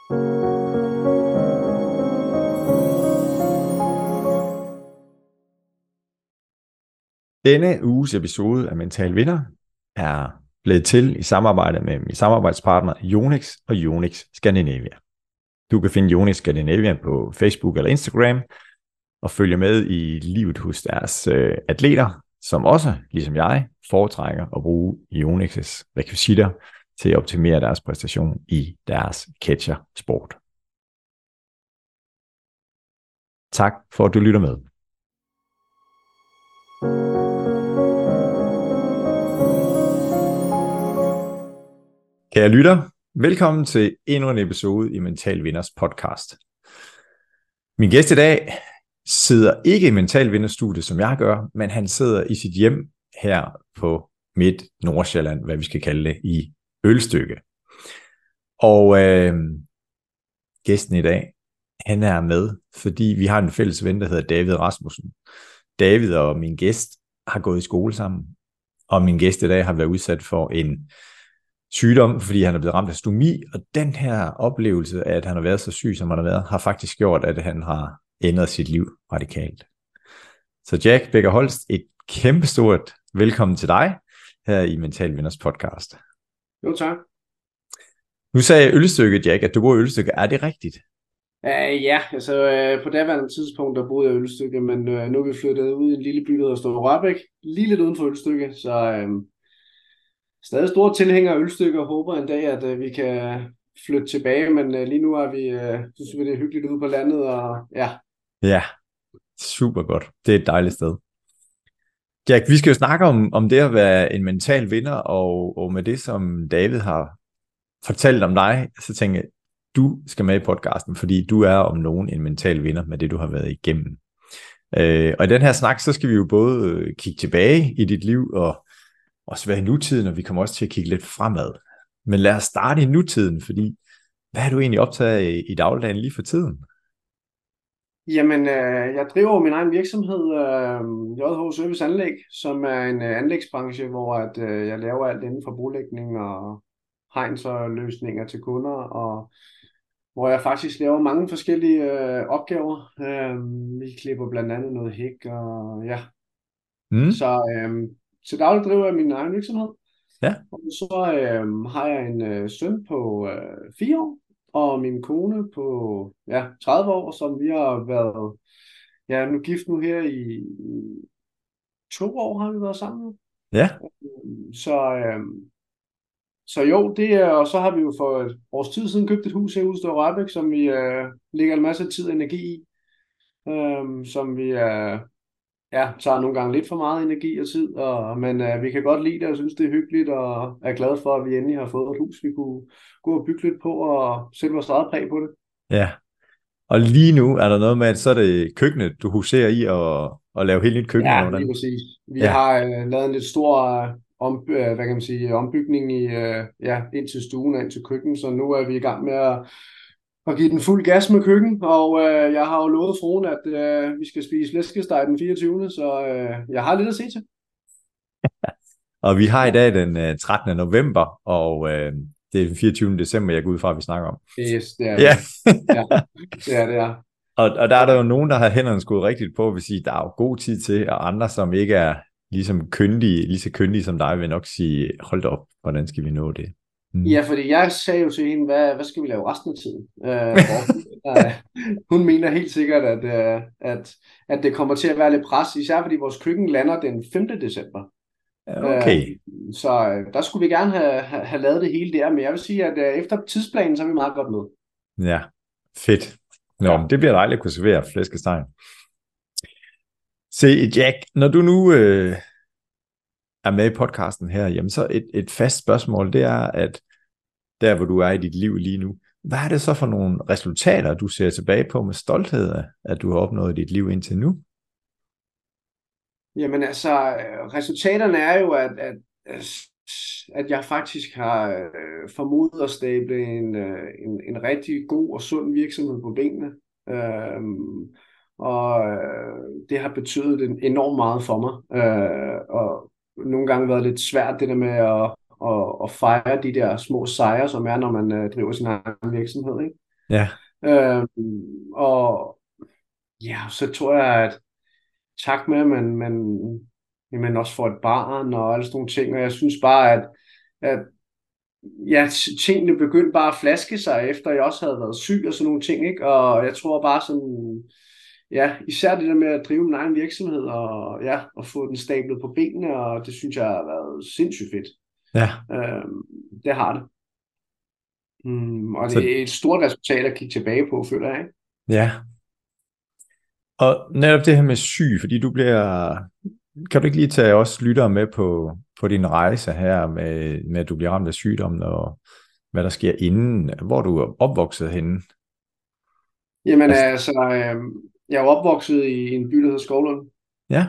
Denne uges episode af Mental Vinder er blevet til i samarbejde med min samarbejdspartner Yonex og Yonex Scandinavia. Du kan finde Yonex Scandinavia på Facebook eller Instagram og følge med i livet hos deres atleter, som også, ligesom jeg, foretrækker at bruge Yonex' rekvisitter til at optimere deres præstation i deres catcher-sport. Tak for at du lytter med. Kære lytter, velkommen til endnu en episode i Mental Vinders podcast. Min gæst i dag sidder ikke i Mental Vinders studie, som jeg gør, men han sidder i sit hjem her på Midt Nordsjælland, hvad vi skal kalde det, i Ølstykke. Og gæsten i dag, han er med, fordi vi har en fælles ven, der hedder David Rasmussen. David og min gæst har gået i skole sammen, og min gæst i dag har været udsat for en sygdom, fordi han er blevet ramt af stomi, og den her oplevelse af, at han har været så syg, som han har været, har faktisk gjort, at han har ændret sit liv radikalt. Så Jack Becker Holst, et kæmpestort velkommen til dig her i Mental Vinders podcast. Jo, tak. Nu sagde jeg Ølstykke, Jack, at du bor i Ølstykke. Er det rigtigt? Ja, altså på daværende tidspunkt, der boede jeg i Ølstykke, men nu er vi flyttet ud i en lille by, der hedder Store Rørbæk, lige lidt uden for Ølstykke, så stadig store tilhængere af Ølstykke og håber en dag, at vi kan flytte tilbage, men lige nu er vi, synes vi, det er hyggeligt ude på landet, og ja. Ja, super godt. Det er et dejligt sted. Jack, vi skal jo snakke om det at være en mental vinder, og med det, som David har fortalt om dig, så tænker jeg, du skal med i podcasten, fordi du er om nogen en mental vinder med det, du har været igennem. Og i den her snak, så skal vi jo både kigge tilbage i dit liv, og også være i nutiden, og vi kommer også til at kigge lidt fremad. Men lad os starte i nutiden, fordi hvad er du egentlig optaget af i dagligdagen lige for tiden? Jamen, jeg driver min egen virksomhed, JH Service Anlæg, som er en anlægsbranche, hvor jeg laver alt inden for brolægning og hegns og løsninger til kunder, og hvor jeg faktisk laver mange forskellige opgaver. Vi klipper blandt andet noget hæk, og ja. Så til daglig driver jeg min egen virksomhed. Ja. Og så har jeg en søn på 4 år, og min kone på 30 år, som vi har været nu gift nu her i 2 år har vi været sammen. Ja. Så jo, det er, og så har vi jo for et års tid siden købt et hus herude i Store Rørbæk, som vi lægger en masse tid og energi i, som vi tager nogle gange lidt for meget energi og tid, men vi kan godt lide det og synes, det er hyggeligt, og er glade for, at vi endelig har fået et hus, vi kunne gå og bygge lidt på og sætte vores eget præg på det. Ja, og lige nu er der noget med, at så er det køkkenet, du huserer i og lave helt nyt køkken. Ja, lige præcis. Vi har lavet en lidt stor ombygning ind til stuen og ind til køkken, så nu er vi i gang med at give den fuld gas med køkken, og jeg har jo lovet fruen, at vi skal spise flæskesteg den 24. Så jeg har lidt at se til. Og vi har i dag den 13. november, og det er den 24. december, jeg går ud fra, at vi snakker om. Yes, det er det. Ja. Det er. Og der er der jo nogen, der har hænderne skudt rigtigt på, vil sige, der er jo god tid til, og andre, som ikke er lige så kyndige som dig, vil nok sige, hold da op, hvordan skal vi nå det? Ja, fordi jeg sagde jo til hende, hvad skal vi lave resten af tiden? Hun mener helt sikkert, at det kommer til at være lidt pres, især fordi vores køkken lander den 5. december. Okay. Så der skulle vi gerne have lavet det hele der, men jeg vil sige, at efter tidsplanen, så er vi meget godt med. Ja, fedt. Nå, det bliver dejligt at kunne servere flæskesteg. Se, Jack, når du nu er med i podcasten her, jamen så et fast spørgsmål, det er, at der hvor du er i dit liv lige nu, hvad er det så for nogle resultater, du ser tilbage på med stolthed af, at du har opnået dit liv indtil nu? Jamen altså, resultaterne er jo, at jeg faktisk har formået at stable en rigtig god og sund virksomhed på benene. Og det har betydet enormt meget for mig. Og nogle gange været lidt svært det der med at fejre de der små sejre, som er, når man driver sin egen virksomhed, ikke? Ja, Og ja, så tror jeg, at takt med, at man også får et barn og alle sådan nogle ting, og jeg synes bare, at ja, tingene begyndte bare at flaske sig, efter jeg også havde været syg og sådan nogle ting, ikke? Og jeg tror bare sådan, ja, især det der med at drive min egen virksomhed, og ja, og få den stablet på benene, og det synes jeg har været sindssygt fedt. ja. Det har det. Og Så det er et stort resultat at kigge tilbage på, føler jeg, ikke? ja. Og netop det her med syg, fordi du bliver... Kan du ikke lige tage os lyttere med på din rejse her med at du bliver ramt af sygdommen, og hvad der sker inden, hvor du er opvokset henne? Jamen Altså, altså, jeg er jo opvokset i en by, der hedder Skovlund, ja,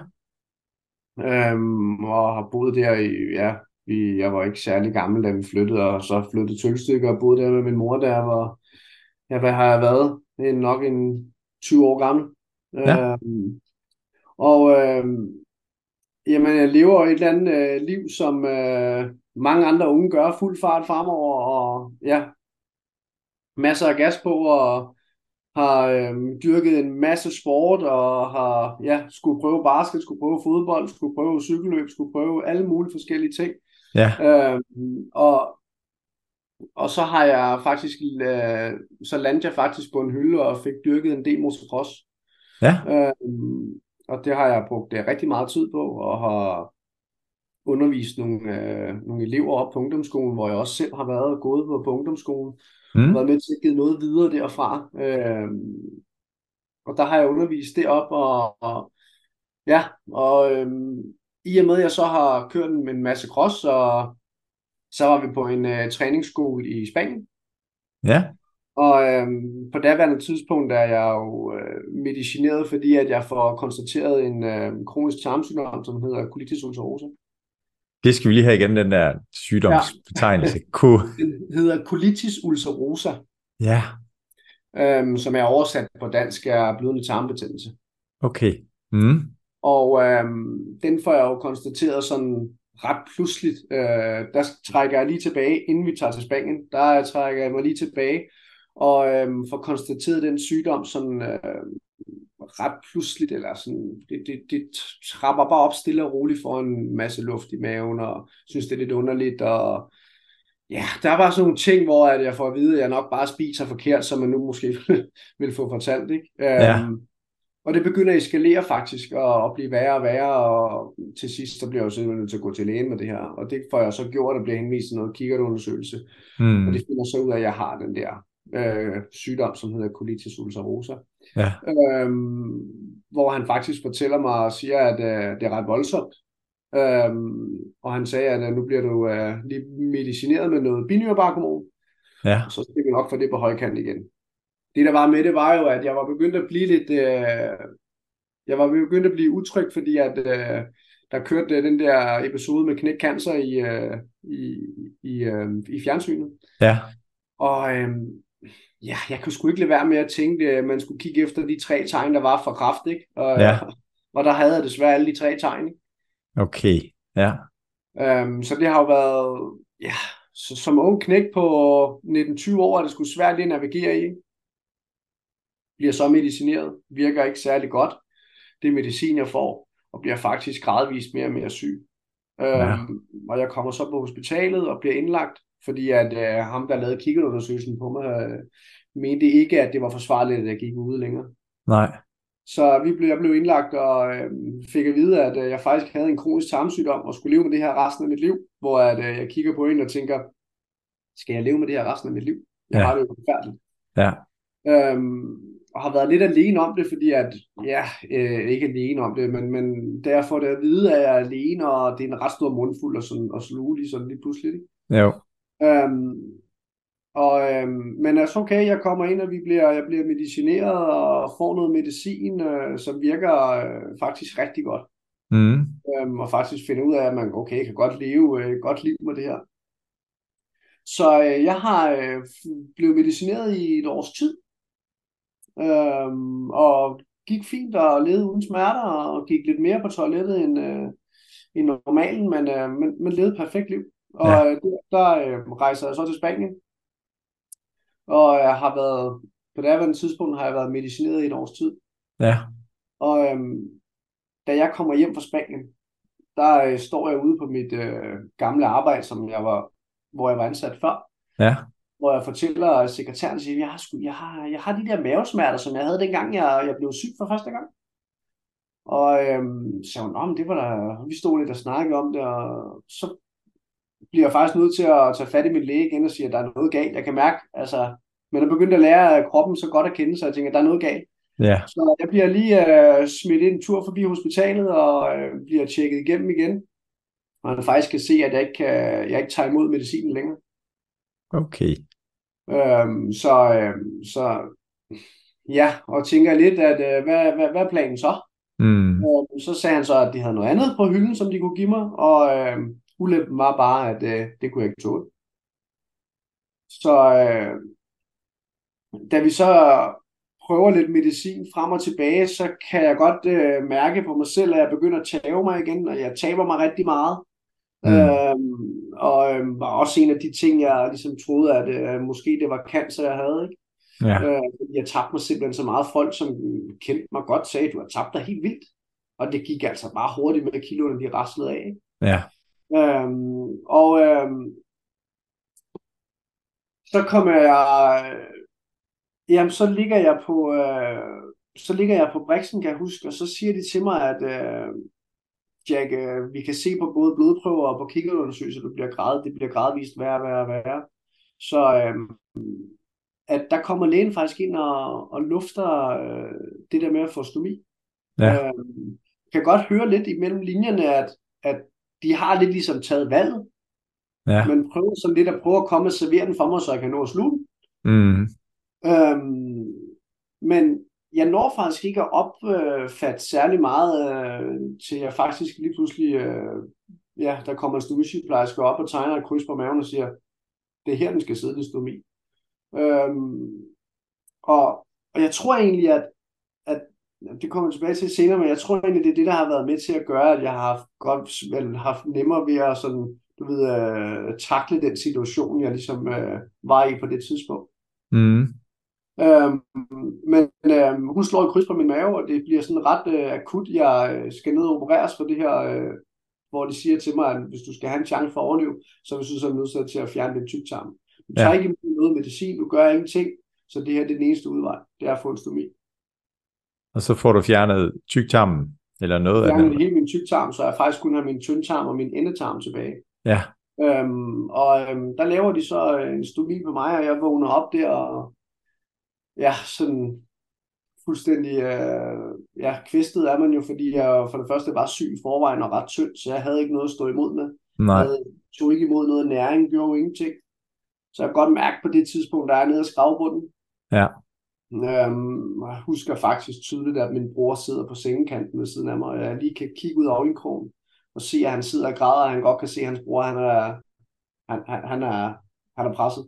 og har boet der jeg var ikke særlig gammel, da vi flyttede, og så flyttede til Ølstykke og boede der med min mor, der var, ja, hvad har jeg været? Det er nok en 20 år gammel. ja, Og jamen, jeg lever et eller andet liv, som mange andre unge gør, fuld fart fremover, og ja, masser af gas på, og har dyrket en masse sport, og har skulle prøve basket, skulle prøve fodbold, skulle prøve cykelløb, skulle prøve alle mulige forskellige ting. ja, Øh, og, og så har jeg faktisk, så landte jeg faktisk på en hylde og fik dyrket en del motocross. ja, Øh, og det har jeg brugt rigtig meget tid på, og har undervist nogle elever op på ungdomsskolen, hvor jeg også selv har været og gået på ungdomsskolen, og været mm, med til at give noget videre derfra. Og der har jeg undervist det op, i og med at jeg så har kørt en masse cross, så var vi på en træningsskole i Spanien. ja. Og på daværende tidspunkt er jeg jo medicineret, fordi at jeg får konstateret en kronisk tarmsygdom, som hedder colitis ulcerosa. Det skal vi lige have igen, den der Ja, sygdomsbetegnelse. den hedder colitis ulcerosa, Ja, som er oversat på dansk er blødende tarmbetændelse. okay. Mm, Og den får jeg jo konstateret sådan ret pludseligt. Der trækker jeg lige tilbage, inden vi tager til Spanien. Der trækker jeg mig lige tilbage og får konstateret den sygdom sådan ret pludseligt, eller sådan, det trapper bare op stille og roligt for en masse luft i maven, og synes, det er lidt underligt, og ja, der er bare sådan nogle ting, hvor at jeg får at vide, at jeg nok bare spiser forkert, som man nu måske vil få fortalt, ikke? ja, Og det begynder at eskalere faktisk, og blive værre og værre, og til sidst så bliver jeg jo simpelthen nødt til at gå til lægen med det her. Og det får jeg så gjort, og bliver henvist til noget kikkertundersøgelse. Og det mm, finder så ud af, at jeg har den der sygdom, som hedder colitis ulcerosa. ja, Hvor han faktisk fortæller mig og siger, at det er ret voldsomt. Og han sagde, at nu bliver du lige medicineret med noget binyrbarkhormon, ja, og så skal vi nok få det på højkant igen. Det der var med det, var jo, at jeg var begyndt at blive lidt... jeg var begyndt at blive utryg, fordi at der kørte den der episode med Knæk Cancer i fjernsynet. ja, Og ja, jeg kunne sgu ikke lade være med at tænke, at man skulle kigge efter de 3 tegn, der var for kræft, ikke? ja, Og der havde jeg desværre alle de 3 tegn, ikke? okay, ja, Så det har jo været, ja, så, som ung knæk på 19-20 år, er det sgu svært lige at navigere i, ikke? Bliver så medicineret, virker ikke særlig godt. Det medicin, jeg får, og bliver faktisk gradvist mere og mere syg. ja, Og jeg kommer så på hospitalet og bliver indlagt, fordi at ham, der lavede kikkertundersøgelsen på mig, mente ikke, at det var forsvarligt, at jeg gik ude længere. nej, Så jeg blev indlagt og fik at vide, at jeg faktisk havde en kronisk tarmsygdom og skulle leve med det her resten af mit liv, hvor at, jeg kigger på en og tænker, skal jeg leve med det her resten af mit liv? Jeg har ja, det jo forfærdeligt. ja, Og har været lidt alene om det, fordi at, ikke alene om det, men derfor det at vide, at jeg er alene, og det er en ret stor mundfuld og sluge lige pludselig. Ikke? jo, Men altså okay, jeg kommer ind, og jeg bliver medicineret og får noget medicin, som virker faktisk rigtig godt. mm, Og faktisk finder ud af, at man kan godt leve et godt liv med det her. Så jeg har blevet medicineret i et års tid, og gik fint og levede uden smerter, og gik lidt mere på toilettet end normalen, men levede et perfekt liv. Og ja, der rejser jeg så til Spanien, og jeg har været, på det her tidspunkt har jeg været medicineret i et års tid. Ja. Og da jeg kommer hjem fra Spanien, der står jeg ude på mit gamle arbejde, hvor jeg var ansat før, Ja. hvor jeg fortæller sekretæren, at jeg har de der mavesmerter, som jeg havde dengang, jeg blev syg for første gang. Og så hun, men det var der, vi stod lidt og snakkede om det, og så bliver jeg faktisk nødt til at tage fat i min læge igen og sige, at der er noget galt. Jeg kan mærke, altså, man er begyndt at lære kroppen så godt at kende, så jeg tænker, at der er noget galt. Ja. Så jeg bliver lige smidt en tur forbi hospitalet og bliver tjekket igennem igen. Og man faktisk kan se, at jeg ikke tager imod medicinen længere. Okay. Så ja, og tænker lidt, at hvad er planen så? Så sagde han så, at de havde noget andet på hylden, som de kunne give mig, og ulempen var bare, at det kunne jeg ikke tåle. Så da vi så prøver lidt medicin frem og tilbage, så kan jeg godt mærke på mig selv, at jeg begynder at tabe mig igen, og jeg taber mig rigtig meget. Og var også en af de ting, jeg ligesom troede, at måske det var cancer, jeg havde, ikke? Ja. Jeg tabte mig simpelthen så meget. Folk, som kendte mig godt, sagde, at du har tabt dig helt vildt. Og det gik altså bare hurtigt med, at kiloene de raslede af, ikke? Ja. Så kommer jeg... Jamen, så ligger jeg på Brixen, kan jeg huske, og så siger de til mig, at Jack, vi kan se på både blodprøver og på kikkertundersøgelser, det bliver gradvist værre. Så at der kommer lægen faktisk ind og lufter det der med at få stomi. Ja. Kan godt høre lidt imellem linjerne, at de har lidt ligesom taget valget, Ja. men prøver sådan lidt at komme og servere den for mig, så jeg kan nå at sluge den. Men jeg når faktisk ikke at opfatte særlig meget, til jeg faktisk lige pludselig, der kommer en stuesygeplejerske op og tegner et kryds på maven og siger, det er her, den skal sidde, det stomi. Og jeg tror egentlig, at det kommer tilbage til senere, men jeg tror egentlig, det er det, der har været med til at gøre, at jeg har haft nemmere ved at sådan, takle den situation, jeg ligesom var i på det tidspunkt. Men hun slår et kryds på min mave, og det bliver sådan ret akut. Jeg skal ned og opereres for det her, hvor de siger til mig, at hvis du skal have en chance for at overleve, så er du så nødt til at fjerne din tyktarm. Du tager ikke noget medicin, du gør ingenting, så det her det er den eneste udvej, det er at få en stomi. Og så får du fjernet tyktarmen, eller noget af det? Fjernet hele min tyktarm, så jeg faktisk kun har min tyndtarm og min endetarm tilbage. Ja. Der laver de så en stomi på mig, og jeg vågner op der, og sådan fuldstændig, kvistet er man jo, fordi jeg for det første var syg i forvejen og ret tynd, så jeg havde ikke noget at stå imod med. Nej. Jeg tog ikke imod noget næring, gjorde jo ingenting. Så jeg kan godt mærke på det tidspunkt, der er nede af skravbunden. Ja. Jeg husker faktisk tydeligt, at min bror sidder på sengekanten ved siden af mig, og jeg lige kan kigge ud af øjenkrogen og se, at han sidder og græder, og han godt kan se, at hans bror, han er presset.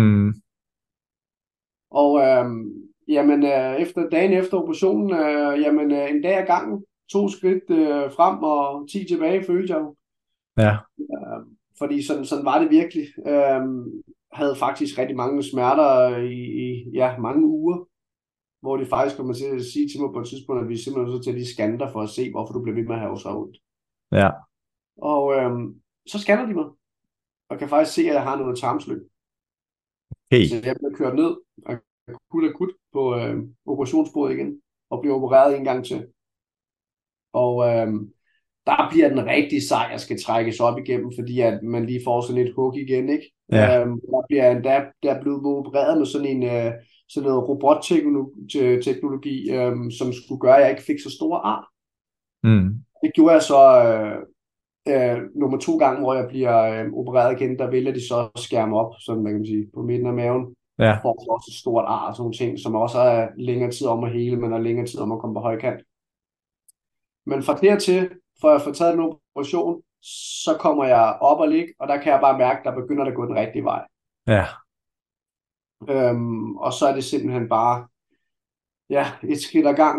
Og efter dagen efter operationen, en dag ad gangen, 2 skridt frem og 10 tilbage, følte jeg jo. Ja. Fordi sådan var det virkelig. Havde faktisk rigtig mange smerter i mange uger, hvor det faktisk kommer til at sige til mig på et tidspunkt, at vi simpelthen så til de scanner for at se, hvorfor du bliver ved med at have så ondt. Ja. Og så scanner de mig, og kan faktisk se, at jeg har noget tarmslyng. Hey. Så jeg bliver kørt ned akut på operationsbordet igen, og bliver opereret en gang til. Og der bliver den rigtig sej, jeg skal trækkes op igennem, fordi at man lige får sådan et hug igen, ikke? Ja. Der er blevet opereret med sådan noget robotteknologi, som skulle gøre, at jeg ikke fik så store ar. Det gjorde jeg så nummer 2 gange, hvor jeg bliver opereret igen, der vælger de så at skære mig op, sådan man kan sige, på midten af maven. Ja. For også et stort ar og sådan nogle ting, som også er længere tid om at hele, men er længere tid om at komme på højkant. Men fra dertil, for at få taget en operation, så kommer jeg op og ligge, og der kan jeg bare mærke, der begynder at gå den rigtige vej. Ja. Og så er det simpelthen bare, et skridt ad gangen,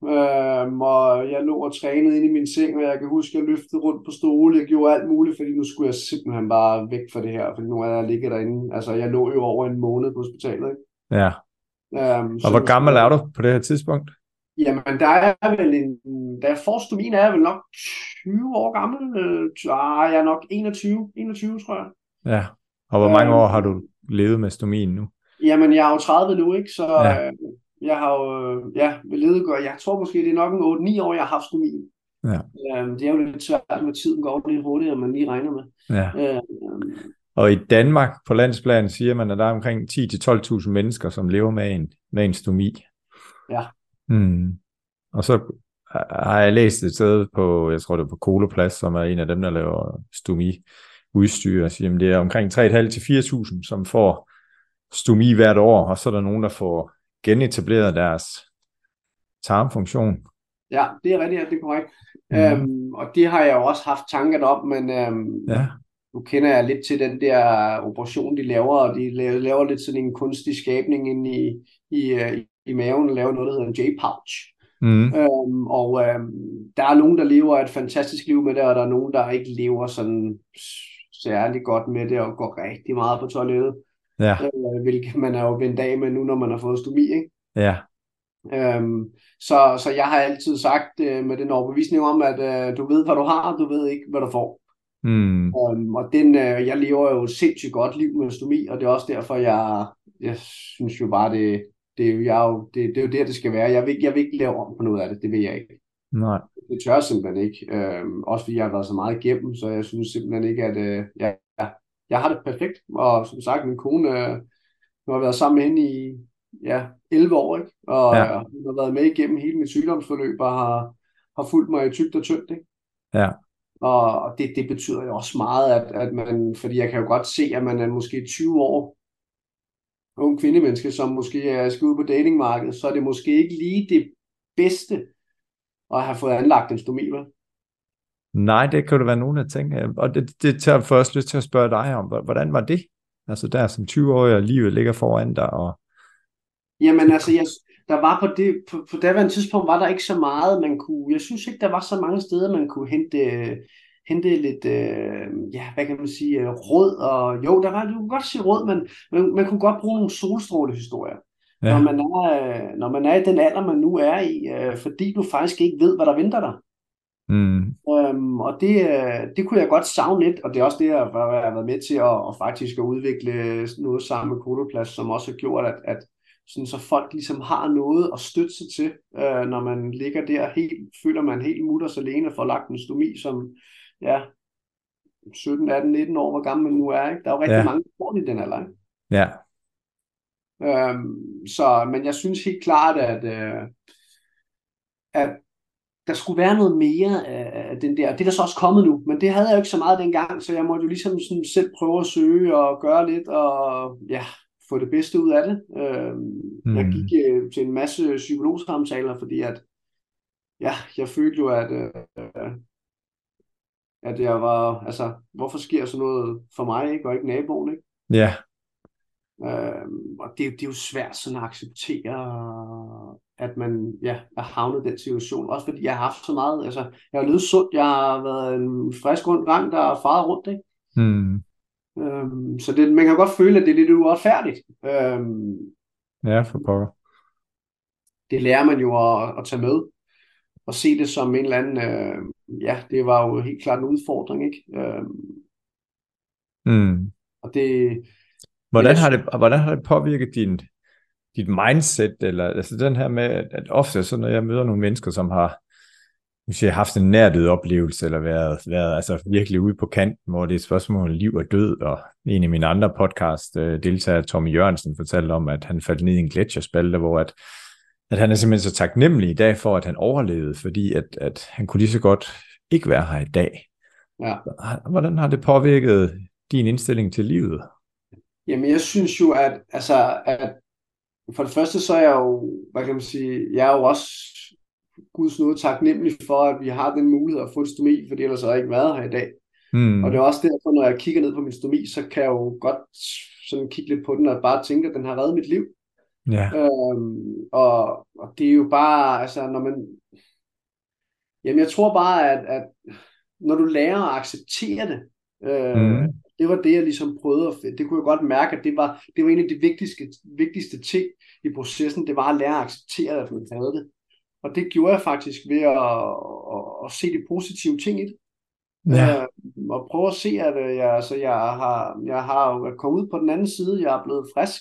Og jeg lå og trænede inde i min seng, og jeg kan huske, at jeg løftede rundt på stole. Jeg gjorde alt muligt, fordi nu skulle jeg simpelthen bare væk fra det her, fordi nu er jeg ligget derinde. Altså, jeg lå jo over en måned på hospitalet, ikke? Ja. Og Så hvor nu gammel skulle er jeg... du på det her tidspunkt? Jamen, der er vel en... Da jeg får stomin, er jeg vel nok 20 år gammel. Jeg er nok 21, tror jeg. Ja. Og hvor mange år har du levet med stomin nu? Jamen, jeg er jo 30 nu, ikke? Så Ja. jeg har jo levet godt. Jeg tror måske, det er nok en 8-9 år, jeg har haft stomin. Ja. Det er jo lidt svært med tiden, går lidt hurtigere, end man lige regner med. Ja. Og i Danmark på landsplan siger man, at der er omkring 10-12.000 mennesker, som lever med en stomi. Ja. Og så har jeg læst et sted på, jeg tror det er på Koloplads, som er en af dem, der laver stomi-udstyr, og siger, at det er omkring 3.500-4.000, som får stomi hvert år, og så er der nogen, der får genetableret deres tarmfunktion. Ja, det er rigtigt, det er korrekt. Og det har jeg jo også haft tanker om, men nu kender jeg lidt til den der operation, de laver, og de laver lidt sådan en kunstig skabning ind i maven, og laver noget, der hedder en J-pouch. Der er nogen, der lever et fantastisk liv med det, og der er nogen, der ikke lever sådan særlig godt med det, og går rigtig meget på toilettet. Ja. Hvilket man er jo vendt af med nu, når man har fået stomi, ikke? Ja. Så jeg har altid sagt med den overbevisning om, at du ved, hvad du har, du ved ikke, hvad du får. Og jeg lever jo et sindssygt godt liv med stomi, og det er også derfor, jeg synes jo bare, det er jo der, det skal være. Jeg vil ikke lave om på noget af det, det vil jeg ikke. Nej. Det tør jeg simpelthen ikke. Også fordi jeg har været så meget igennem, så jeg synes simpelthen ikke, at jeg har det perfekt. Og som sagt, min kone, nu har været sammen med hende i 11 år, ikke? Og hun har været med igennem hele mit sygdomsforløb, og har fulgt mig i tykt og tyndt, ikke? Ja. Og det betyder jo også meget, at man, fordi jeg kan jo godt se, at man er måske 20 år, ung kvindemenneske, som måske skal ud på datingmarkedet, så er det måske ikke lige det bedste at have fået anlagt en stomi, vel? Nej, det kan det være nogen, der tænker. Og det tager jeg først lyst til at spørge dig om. Hvordan var det? Altså der som 20-årig, og livet ligger foran dig. Og... Jamen altså, der var på daværende tidspunkt, var der ikke så meget, man kunne... Jeg synes ikke, der var så mange steder, man kunne hente lidt, hvad kan man sige, råd. Og jo, du kunne godt sige råd, men man kunne godt bruge nogle solstrålehistorier. Ja. Når man er i den alder, man nu er i, fordi du faktisk ikke ved, hvad der venter dig. Og det kunne jeg godt savne lidt, og det er også det, jeg har været med til at faktisk at udvikle noget sammen med Koloplads, som også har gjort, at sådan, så folk ligesom har noget at støtte sig til, når man ligger der føler man helt mutters alene for at lagt en stomi, som 17, 18, 19 år, hvor gammel man nu er, ikke? Der er jo rigtig mange, der får i den alder, ikke? Ja. Men jeg synes helt klart, at der skulle være noget mere af den der. Det er der så også kommet nu, men det havde jeg jo ikke så meget dengang, så jeg måtte jo ligesom sådan selv prøve at søge og gøre lidt, og få det bedste ud af det. Jeg gik til en masse psykologsamtaler, fordi at jeg følte jo, at jeg var, altså, hvorfor sker sådan noget for mig, ikke, og ikke naboen, ikke? Ja. Og det er jo svært sådan at acceptere, at man er havnet i den situation. Også fordi jeg har haft så meget, altså jeg har levet sundt, jeg har været en frisk rund dreng, der har faret rundt, ikke? Så man kan godt føle, at det er lidt uretfærdigt. Ja, for pokker. Det lærer man jo at tage med, og se det som en eller anden, det var jo helt klart en udfordring, ikke? Og det... Hvordan har det påvirket dit mindset, eller altså den her med, at ofte så når jeg møder nogle mennesker, som har haft en nærdød oplevelse, eller været altså virkelig ude på kanten, hvor det er et spørgsmål om liv og død, og en af mine andre podcast deltager, Tommy Jørgensen, fortalte om, at han faldt ned i en gletsjerspalte, hvor at han er simpelthen så taknemmelig i dag for, at han overlevede, fordi at han kunne lige så godt ikke være her i dag. Ja. Hvordan har det påvirket din indstilling til livet? Jamen, jeg synes jo, at for det første, så er jeg jo, hvad kan man sige, jeg er jo også Guds nåde taknemmelig for, at vi har den mulighed at få et stomi, for ellers har jeg ikke været her i dag. Og det er også derfor, når jeg kigger ned på min stomi, så kan jeg jo godt sådan kigge lidt på den og bare tænke, at den har reddet mit liv. Ja. Og det er jo bare, altså når man, jamen jeg tror bare, at når du lærer at acceptere det, Mm. det var det, jeg ligesom prøvede det kunne jeg godt mærke, at det var en af de vigtigste ting i processen, det var at lære at acceptere, at man havde det. Og det gjorde jeg faktisk ved at se de positive ting i det. Ja. Og prøve at se, at jeg har jo kommet ud på den anden side, jeg er blevet frisk,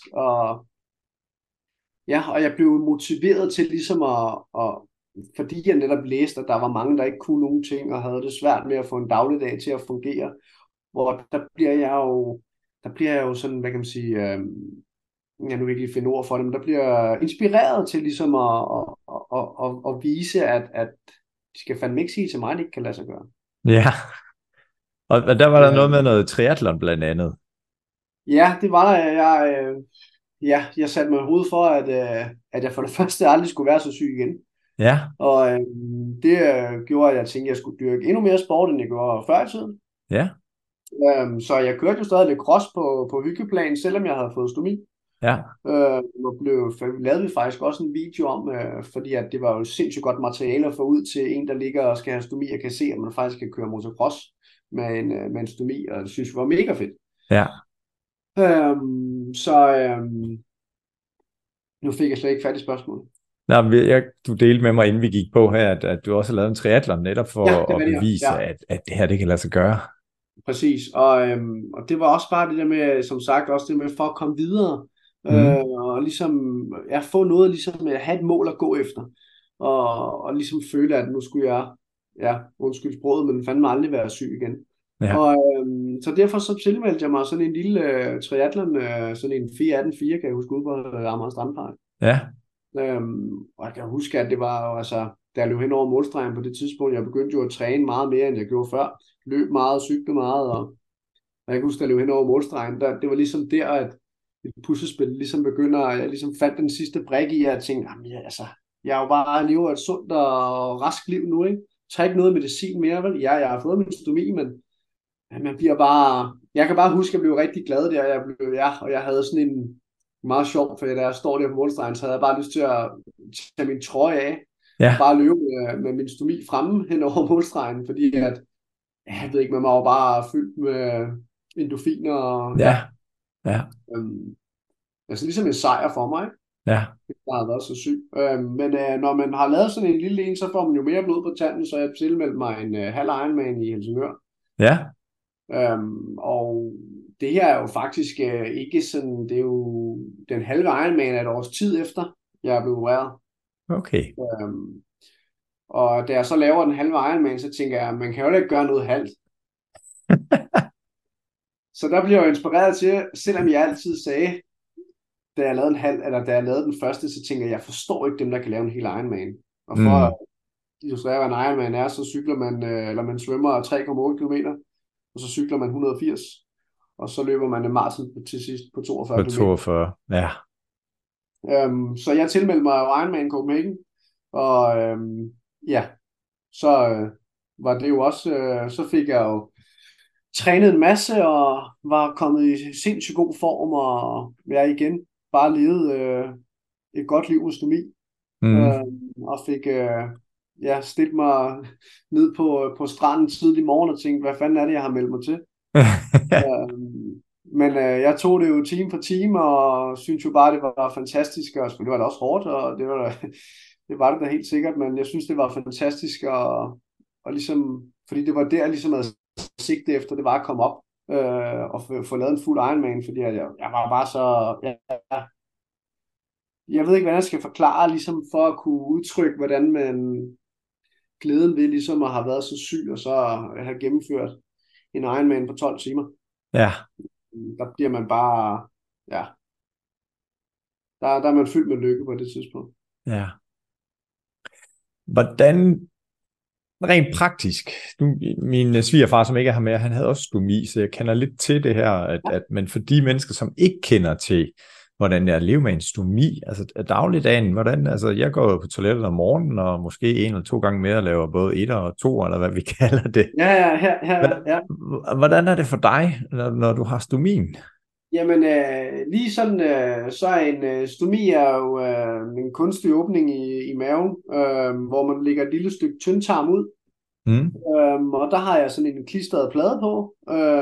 og jeg blev motiveret til ligesom fordi jeg netop læste, at der var mange, der ikke kunne nogen ting, og havde det svært med at få en dagligdag til at fungere, hvor der bliver jeg jo sådan, hvad kan man sige, jeg nu ikke lige finde ord for det, men der bliver jeg inspireret til ligesom at vise, at de skal fandme ikke sige til mig, at det ikke kan lade sig gøre. Ja. Og der var der noget med Øh, noget triathlon blandt andet. ja, det var der. Jeg satte mig i hovedet for, at jeg for det første aldrig skulle være så syg igen. Ja. Og det gjorde, at jeg tænkte, at jeg skulle dyrke endnu mere sport, end jeg gjorde før i tiden. Ja. Så jeg kørte jo stadig lidt cross på hyggeplan, selvom jeg havde fået stomi. Ja. Lavede vi faktisk også en video om, fordi at det var jo sindssygt godt materiale at få ud til en, der ligger og skal have stomi, og kan se, at man faktisk kan køre motocross med en stomi, og det synes vi var mega fedt. Ja. Nu fik jeg slet ikke fat i spørgsmålet. Nå, du delte med mig, inden vi gik på her, at du også har lavet en triathlon netop for Ja, at bevise, ja. at det her, det kan lade sig gøre. Præcis, og det var også bare det der med, som sagt, også det med for at komme videre, og ligesom få noget, ligesom at have et mål at gå efter, og ligesom føle, at nu skulle jeg, undskyld sproget, men fandme aldrig være syg igen. Ja. Og så derfor så tilmeldte jeg mig sådan en lille triathlon, sådan en 418-4, kan jeg huske, ude på Amager Strandpark. Ja. Og jeg kan huske, at det var jo, altså, da jeg løb hen over målstregen på det tidspunkt, jeg begyndte jo at træne meget mere, end jeg gjorde før. Løb meget, cyklede meget, og jeg kan huske, at jeg løb hen over målstregen, det var ligesom der, at et puslespil ligesom begynder, og jeg ligesom fandt den sidste brik i, at jeg tænkte, jeg er jo bare lever et sundt og rask liv nu, ikke? Træk ikke noget medicin mere, vel? Ja, jeg har fået min stomi, men man bliver bare, jeg kan bare huske, at jeg blev rigtig glad der, og jeg havde sådan en meget sjov, for da jeg står der på målstregen, så havde jeg bare lyst til at tage min trøje af, og bare løbe med min stomi fremme hen over målstregen, fordi at, jeg ved ikke, man var jo bare fyldt med endorfiner, og altså ligesom en sejr for mig, Ja. jeg har været så syg. Men når man har lavet sådan en lille en, så får man jo mere blod på tanden, så jeg tilmeldte mig en halv Ironman i Helsingør. Ja. Og det her er jo faktisk ikke sådan, det er jo den halve Ironman et års tid efter, jeg er blevet opereret. Okay. Og da jeg så laver den halve Ironman, så tænker jeg, man kan jo ikke gøre noget halvt. Så der bliver jeg jo inspireret til, selvom jeg altid sagde, da jeg lavede en halv, eller da jeg lavede den første, så tænker jeg forstår ikke dem, der kan lave en hel Ironman. Og for at illustrere, hvad en Ironman er, så cykler man, eller man svømmer 3,8 km, og så cykler man 180, og så løber man en maraton til sidst på 42 km. På 42, ja. Så jeg tilmeldte mig Ironman Copenhagen, og så var det jo også, så fik jeg jo trænet en masse, og var kommet i sindssygt god form, og jeg igen bare levet et godt liv med stomi, og fik stillet mig ned på stranden tidlig morgen og tænkte, hvad fanden er det, jeg har meldt mig til? Men jeg tog det jo time for time, og synes jo bare, det var fantastisk, og selvfølgelig var det også hårdt, og det var det da helt sikkert, men jeg synes, det var fantastisk, og ligesom, fordi det var der, jeg ligesom havde sigte efter, det var at komme op og få lavet en fuld Ironman, fordi jeg var bare så, jeg ved ikke, hvordan jeg skal forklare, ligesom for at kunne udtrykke, hvordan man glæden ved ligesom at have været så syg, og så have gennemført en Ironman på 12 timer. Ja. Der bliver man bare, der er man fyldt med lykke på det tidspunkt. Ja. Hvordan, rent praktisk, min svigerfar, som ikke er her med, han havde også stomi, så jeg kender lidt til det her, men for de mennesker, som ikke kender til, hvordan jeg lever med en stomi, altså dagligdagen, hvordan, altså jeg går på toilettet om morgenen, og måske 1 eller 2 gange mere laver både 1 og 2, eller hvad vi kalder det. Ja. Hvordan er det for dig, når du har stomien? Jamen, lige sådan, så er en stomi er jo en kunstig åbning i maven, hvor man lægger et lille stykke tyndtarm ud. Mm. Og der har jeg sådan en klistret plade på,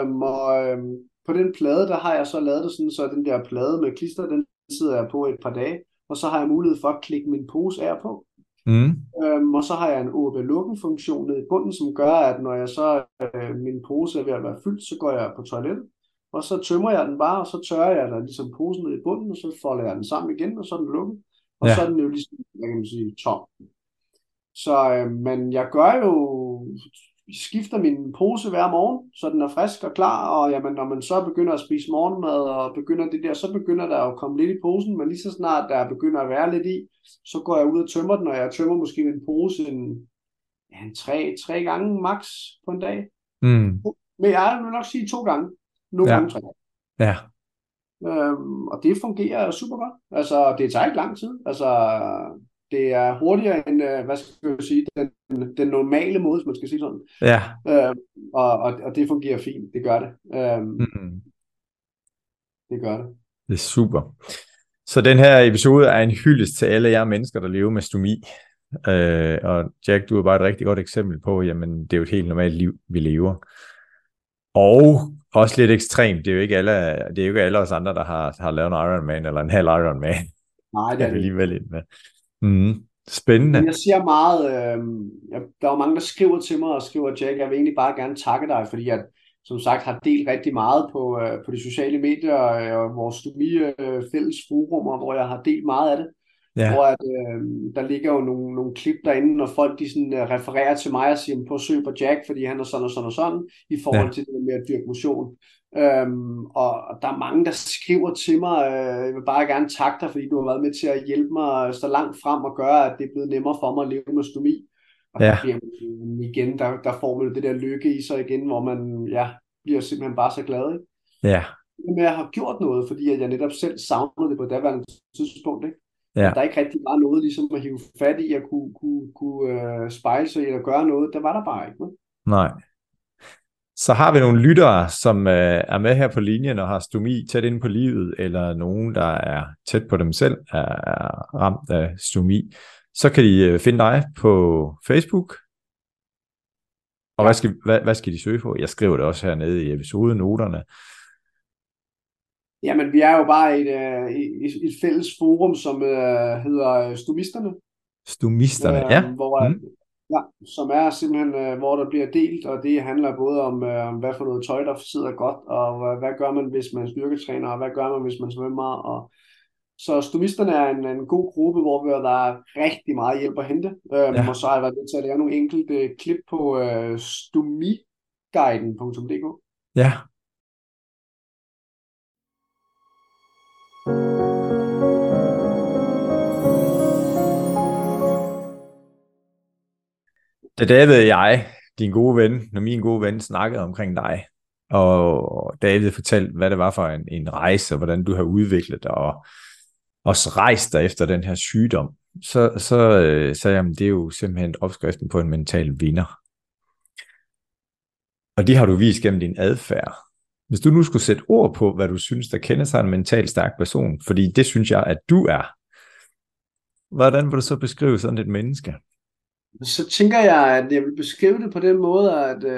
på den plade, der har jeg så lavet det sådan, så den der plade med klister, den sidder jeg på et par dage, og så har jeg mulighed for at klikke min pose af på. Mm. Og så har jeg en åbne-lukken-funktion nede i bunden, som gør, at når jeg så min pose er ved at være fyldt, så går jeg på toilettet, og så tømmer jeg den bare, og så tørrer jeg den ligesom posen ned i bunden, og så folder jeg den sammen igen, og så er den lukket. Og så er Ja. den jo ligesom, hvad kan man sige, tom. Så, men jeg gør jo, skifter min pose hver morgen, så den er frisk og klar, og jamen, når man så begynder at spise morgenmad, og begynder det der, så begynder der jo at komme lidt i posen, men lige så snart der begynder at være lidt i, så går jeg ud og tømmer den, og jeg tømmer måske min pose tre gange max på en dag. Mm. Men jeg vil nok sige 2 gange, nogle Ja. gange 3. Ja. Og det fungerer super godt. Altså, det tager ikke lang tid. Altså, det er hurtigere end, hvad skal jeg sige, den normale måde, hvis man skal sige sådan. Ja. Og det fungerer fint. Det gør det. Mm. Det gør det. Det er super. Så den her episode er en hyldest til alle jer mennesker, der lever med stomi. Og Jack, du er bare et rigtig godt eksempel på, jamen det er jo et helt normalt liv, vi lever. Og også lidt ekstremt. Det er jo ikke alle os andre, der har lavet en Ironman eller en halv Ironman. Nej, det Er er det det. alligevel ind med. Spændende. Men jeg siger meget, der er jo mange, der skriver til mig og skriver, Jack, jeg vil egentlig bare gerne takke dig, fordi jeg som sagt har delt rigtig meget på de sociale medier og vores stomi fælles forummer, hvor jeg har delt meget af det. Ja. Hvor at, der ligger jo nogle klip derinde, når folk de sådan, refererer til mig og siger, på søg på Jack, fordi han er sådan og sådan og sådan, i forhold Ja. til det med at dyrke motion. Og der er mange, der skriver til mig, jeg vil bare gerne takke dig, fordi du har været med til at hjælpe mig så langt frem og gøre, at det er blevet nemmere for mig at leve med stomi. Og Ja. der bliver man igen, der får man det der lykke i sig igen, hvor man bliver simpelthen bare så glad. Ikke? Ja. Men jeg har gjort noget, fordi at jeg netop selv savnede det på daværende tidspunkt. Ikke? Ja. At der ikke rigtig var noget ligesom at hive fat i at kunne spejle sig eller gøre noget. Der var der bare ikke. Ne? Nej. Så har vi nogle lyttere, som er med her på linjen og har stomi tæt inde på livet, eller nogen, der er tæt på dem selv, er ramt af stomi. Så kan de finde dig på Facebook. Og hvad skal de søge på? Jeg skriver det også hernede i episodenoterne. Jamen, vi er jo bare et fælles forum, som hedder Stomisterne. Stomisterne, ja. Som er simpelthen, hvor der bliver delt, og det handler både om hvad for noget tøj, der sidder godt, og hvad gør man, hvis man styrketræner, og hvad gør man, hvis man svømmer. Og så Stomisterne er en god gruppe, hvor der er rigtig meget hjælp at hente. Og så har jeg været med til at lave nogle enkelte klip på stomiguiden.dk. Ja. Da David og jeg, min gode ven, snakkede omkring dig, og David fortalte, hvad det var for en rejse, og hvordan du har udviklet dig, og også rejst dig efter den her sygdom, så sagde jeg, det er jo simpelthen opskriften på en mental vinder. Og det har du vist gennem din adfærd. Hvis du nu skulle sætte ord på, hvad du synes, der kendetegner en mentalt stærk person, fordi det synes jeg, at du er, hvordan vil du så beskrive sådan et menneske? Så tænker jeg, at jeg vil beskrive det på den måde,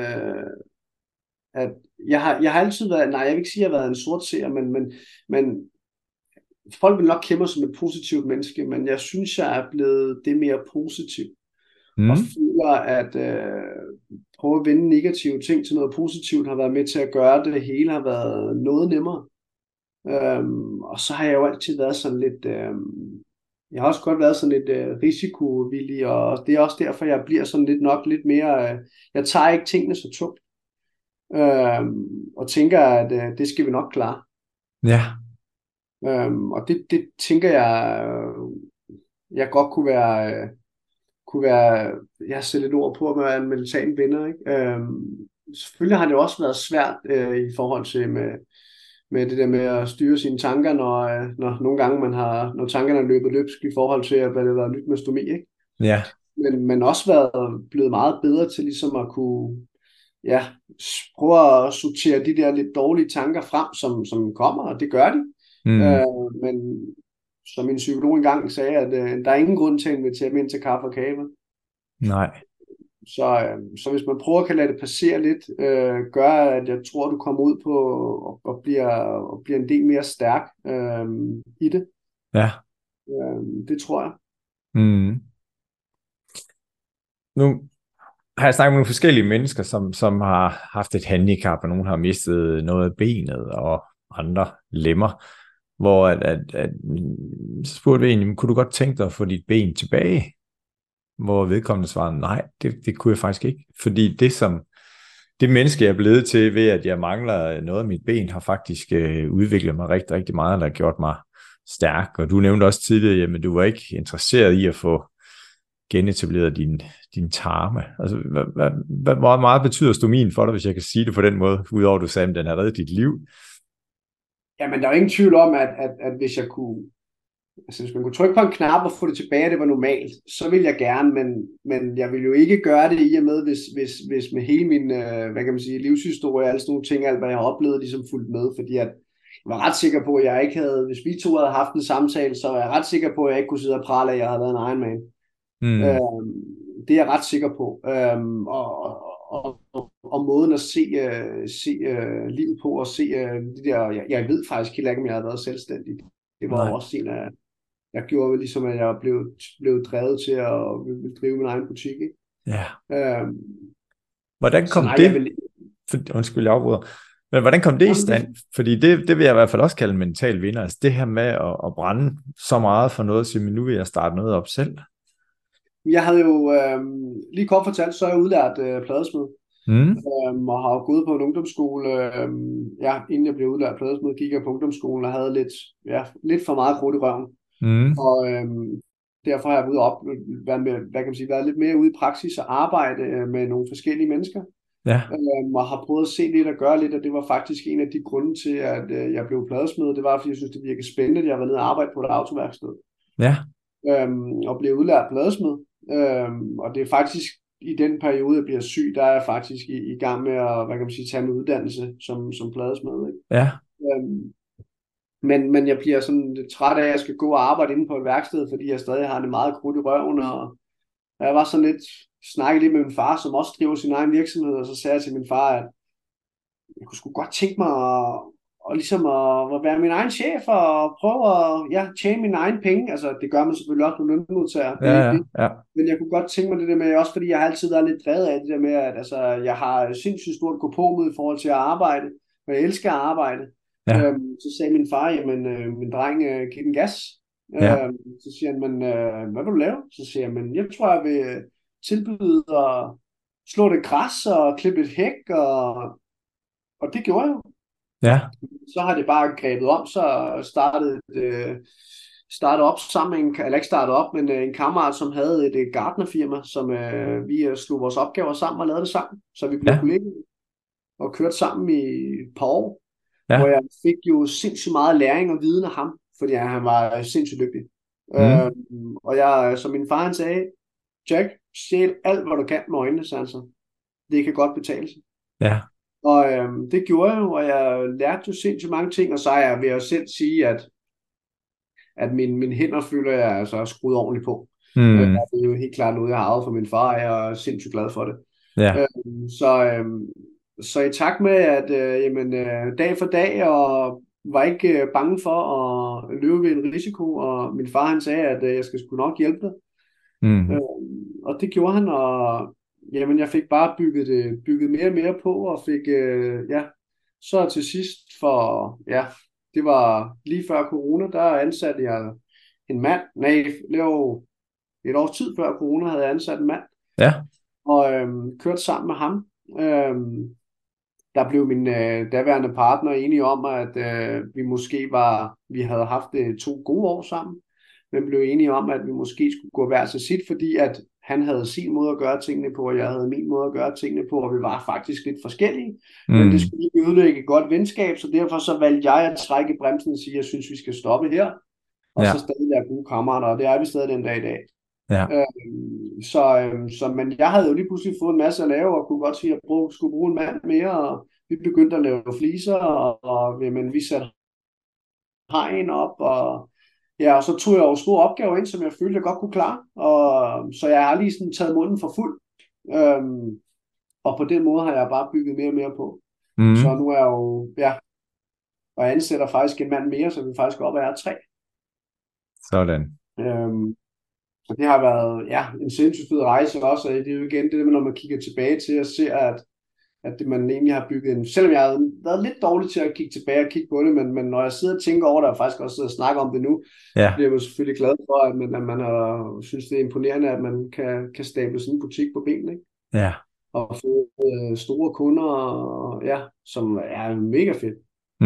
at jeg har altid været, nej, jeg vil ikke sige, at jeg har været en sort seer, men folk vil nok kende mig som et positivt menneske, men jeg synes, jeg er blevet det mere positivt. Og føler, at prøve at vende negative ting til noget positivt, har været med til at gøre det hele har været noget nemmere. Og så har jeg jo altid været sådan lidt... Jeg har også godt været sådan lidt risikovillig, og det er også derfor, jeg bliver sådan lidt mere... jeg tager ikke tingene så tungt, og tænker, at det skal vi nok klare. Ja. Og det tænker jeg godt kunne være, jeg har selv lidt ord på at være en mental vinder. Ikke? Selvfølgelig har det også været svært i forhold til med det der med at styre sine tanker, når nogle gange når tankerne er løbet løbsk i forhold til, hvad det har været nyt med stomi, ikke? Ja. Men også blevet meget bedre til ligesom at kunne ja, prøver at sortere de der lidt dårlige tanker frem, som kommer, og det gør de. Mm. Men som min psykolog engang sagde, at der er ingen grund til at invitere dem ind til kaffe og kage. Nej. Så hvis man prøver at kan lade det passere lidt, gør, at jeg tror, du kommer ud på og bliver en del mere stærk i det. Ja. Det tror jeg. Mm. Nu har jeg snakket med nogle forskellige mennesker, som har haft et handicap, og nogle har mistet noget af benet og andre lemmer, hvor så spurgte vi egentlig, kunne du godt tænke dig at få dit ben tilbage? Hvor vedkommende svarede, nej, det kunne jeg faktisk ikke. Fordi det menneske, jeg er blevet til ved, at jeg mangler noget af mit ben, har faktisk udviklet mig rigtig, rigtig meget, og har gjort mig stærk. Og du nævnte også tidligere, jamen du var ikke interesseret i at få genetableret din tarme. Altså, hvor meget betyder stomin for dig, hvis jeg kan sige det på den måde, udover at du sagde, at den har reddet dit liv? Jamen, der er jo ingen tvivl om, at hvis jeg kunne, altså hvis man kunne trykke på en knap og få det tilbage, det var normalt, så ville jeg gerne, men jeg ville jo ikke gøre det i og med, hvis med hele min, hvad kan man sige, livshistorie, alle sådan nogle ting, alt hvad jeg har oplevet, ligesom fulgt med, fordi at jeg var ret sikker på, at jeg ikke havde, hvis vi to havde haft en samtale, så var jeg ret sikker på, at jeg ikke kunne sidde og prale af, at jeg havde været en Ironman. Det er jeg ret sikker på. Og måden at se livet på, og se det der, jeg ved faktisk ikke, om jeg havde været selvstændig. Det var også en af, jeg gjorde ligesom, at jeg blev drevet til at drive min egen butik. Ikke? Ja. Hvordan kom undskyld, jeg afbryder. Men hvordan kom det i stand? Fordi det vil jeg i hvert fald også kalde en mental vinder. Altså det her med at brænde så meget for noget, så nu vil jeg starte noget op selv. Jeg havde jo, lige kort fortalt, så er jeg udlært pladesmed. Og har gået på en ungdomsskole. Inden jeg blev udlært pladesmed, gik jeg på ungdomsskolen og havde lidt for meget krudt i røven. Og derfor har jeg været lidt mere ude i praksis og arbejde med nogle forskellige mennesker. Ja. Og har prøvet at se lidt og gøre lidt, og det var faktisk en af de grunde til, at jeg blev pladesmed. Det var, fordi jeg synes, det virkede spændende. Jeg var nede og arbejde på et autoværksted. Ja. Og blev udlært pladesmed. Og det er faktisk i den periode, jeg bliver syg, der er jeg faktisk i gang med at, tage en uddannelse som pladesmed. Ikke? Ja. Men jeg bliver sådan lidt træt af, at jeg skal gå og arbejde inde på et værksted, fordi jeg stadig har det meget krudt i røven, og jeg var sådan lidt, snakket lidt med min far, som også driver sin egen virksomhed, og så sagde jeg til min far, at jeg kunne sgu godt tænke mig at være min egen chef, og prøve at tjene mine egne penge. Altså, det gør man selvfølgelig også på lønmodtager. Ja. Men jeg kunne godt tænke mig det der med, også fordi jeg har altid været lidt drevet af det der med, at altså, jeg har sindssygt stort gå på mod i forhold til at arbejde, og jeg elsker at arbejde. Ja. Så sagde min far, jamen, min dreng, giv den gas. Ja. Så siger han, men hvad vil du lave? Så siger jeg, men jeg tror, jeg vil tilbyde at slå det græs og klippe et hæk, og det gjorde jeg jo. Ja. Så har det bare grebet om, så startede op sammen med en kammerat, som havde et gartnerfirma, som vi slog vores opgaver sammen og lavede det sammen. Så vi blev kollegaer og kørte sammen i et par år, hvor jeg fik jo sindssygt meget læring og viden af ham, fordi han var sindssygt dygtig. Og jeg, som min far han sagde, Jack, stjæl alt, hvad du kan med øjnene, sagde han så. Det kan godt betale sig. Ja. Og det gjorde jeg jo, og jeg lærte jo sindssygt mange ting, og så er jeg ved at selv sige, at mine hænder føler jeg altså skruet ordentligt på. Det er jo helt klart noget, jeg har arvet fra min far, og jeg er sindssygt glad for det. Ja. Så i takt med, at dag for dag, og var ikke bange for at løbe ved en risiko, og min far han sagde, at jeg skal sgu nok hjælpe dig. Og det gjorde han, og jamen, jeg fik bare bygget mere og mere på, og fik, så til sidst det var lige før corona, der ansatte jeg en mand, det var et års tid før corona, havde jeg ansat en mand, og kørte sammen med ham. Der blev min daværende partner enige om, at vi havde haft 2 gode år sammen, men blev enige om, at vi måske skulle gå hver til sit, fordi at han havde sin måde at gøre tingene på, og jeg havde min måde at gøre tingene på, og vi var faktisk lidt forskellige. Men det skulle ikke ødelægge et godt venskab, så derfor så valgte jeg at trække bremsen og sige, at jeg synes, vi skal stoppe her. Og så stadig være gode kammerater, og det er vi stadig den dag i dag. Ja. Men jeg havde jo lige pludselig fået en masse at lave, og kunne godt sige, at jeg skulle bruge en mand mere, og vi begyndte at lave fliser, men vi satte hegn op, og så tog jeg jo store opgaver ind, som jeg følte, jeg godt kunne klare, så jeg har lige sådan taget munden for fuld, og på den måde har jeg bare bygget mere og mere på. Så nu er jeg jo, og jeg ansætter faktisk en mand mere, så vi faktisk op er 3. Sådan. Så det har været en sindssygt fed rejse også, og det er jo igen det, når man kigger tilbage til og ser, at det man egentlig har bygget en, selvom jeg har været lidt dårlig til at kigge tilbage og kigge på det, men når jeg sidder og tænker over det, og faktisk også sidder og snakker om det nu, så bliver jeg jo selvfølgelig glad for, at man synes, det er imponerende, at man kan stable sådan en butik på benene, ikke? Ja. Og få store kunder, som er mega fedt.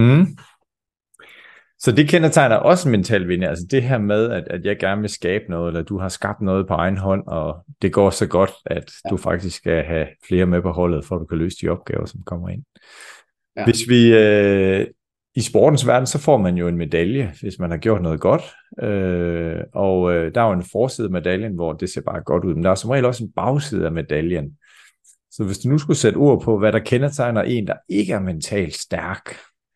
Så det kendetegner også en mental vinder, altså det her med, at jeg gerne vil skabe noget, eller du har skabt noget på egen hånd, og det går så godt, at du faktisk skal have flere med på holdet, for at du kan løse de opgaver, som kommer ind. Ja. Hvis vi i sportens verden, så får man jo en medalje, hvis man har gjort noget godt, og der er jo en forside af medaljen, hvor det ser bare godt ud, men der er som regel også en bagside af medaljen. Så hvis du nu skulle sætte ord på, hvad der kendetegner en, der ikke er mentalt stærk,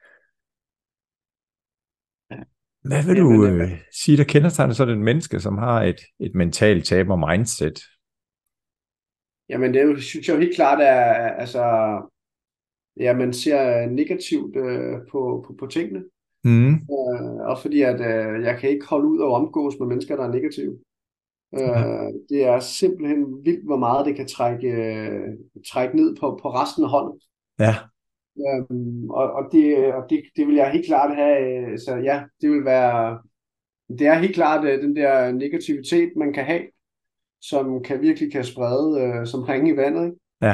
hvad vil du sige, der kendetegner sådan en menneske, som har et mentalt taber-mindset? Jamen det er jo, synes jeg jo helt klart, at man ser negativt på tingene. Og fordi at jeg kan ikke holde ud og omgås med mennesker, der er negative. Det er simpelthen vildt, hvor meget det kan trække ned på resten af holdet. Ja. Det vil jeg helt klart have, så ja, det er helt klart den der negativitet, man kan have, som virkelig kan sprede som ringe i vandet, ikke? Ja.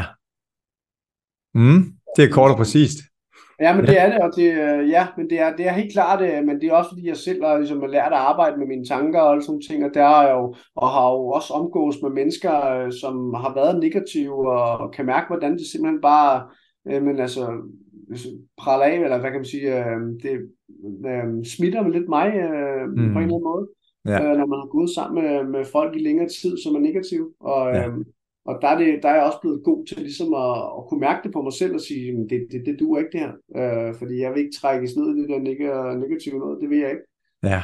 Det er kort og præcist. Ja, men det er det, og men det er helt klart, men det er også fordi, jeg selv har ligesom lært at arbejde med mine tanker og sådan ting, og der er jo, og har jo også omgås med mennesker, som har været negative, og kan mærke, hvordan det simpelthen bare praller af, eller hvad kan man sige, det smitter lidt mig på en eller anden måde, når man har gået sammen med folk i længere tid, som er negative, og der er jeg også blevet god til ligesom at kunne mærke det på mig selv og sige, det duer ikke det her, fordi jeg vil ikke trækkes ned i det der negative noget, det vil jeg ikke. Ja.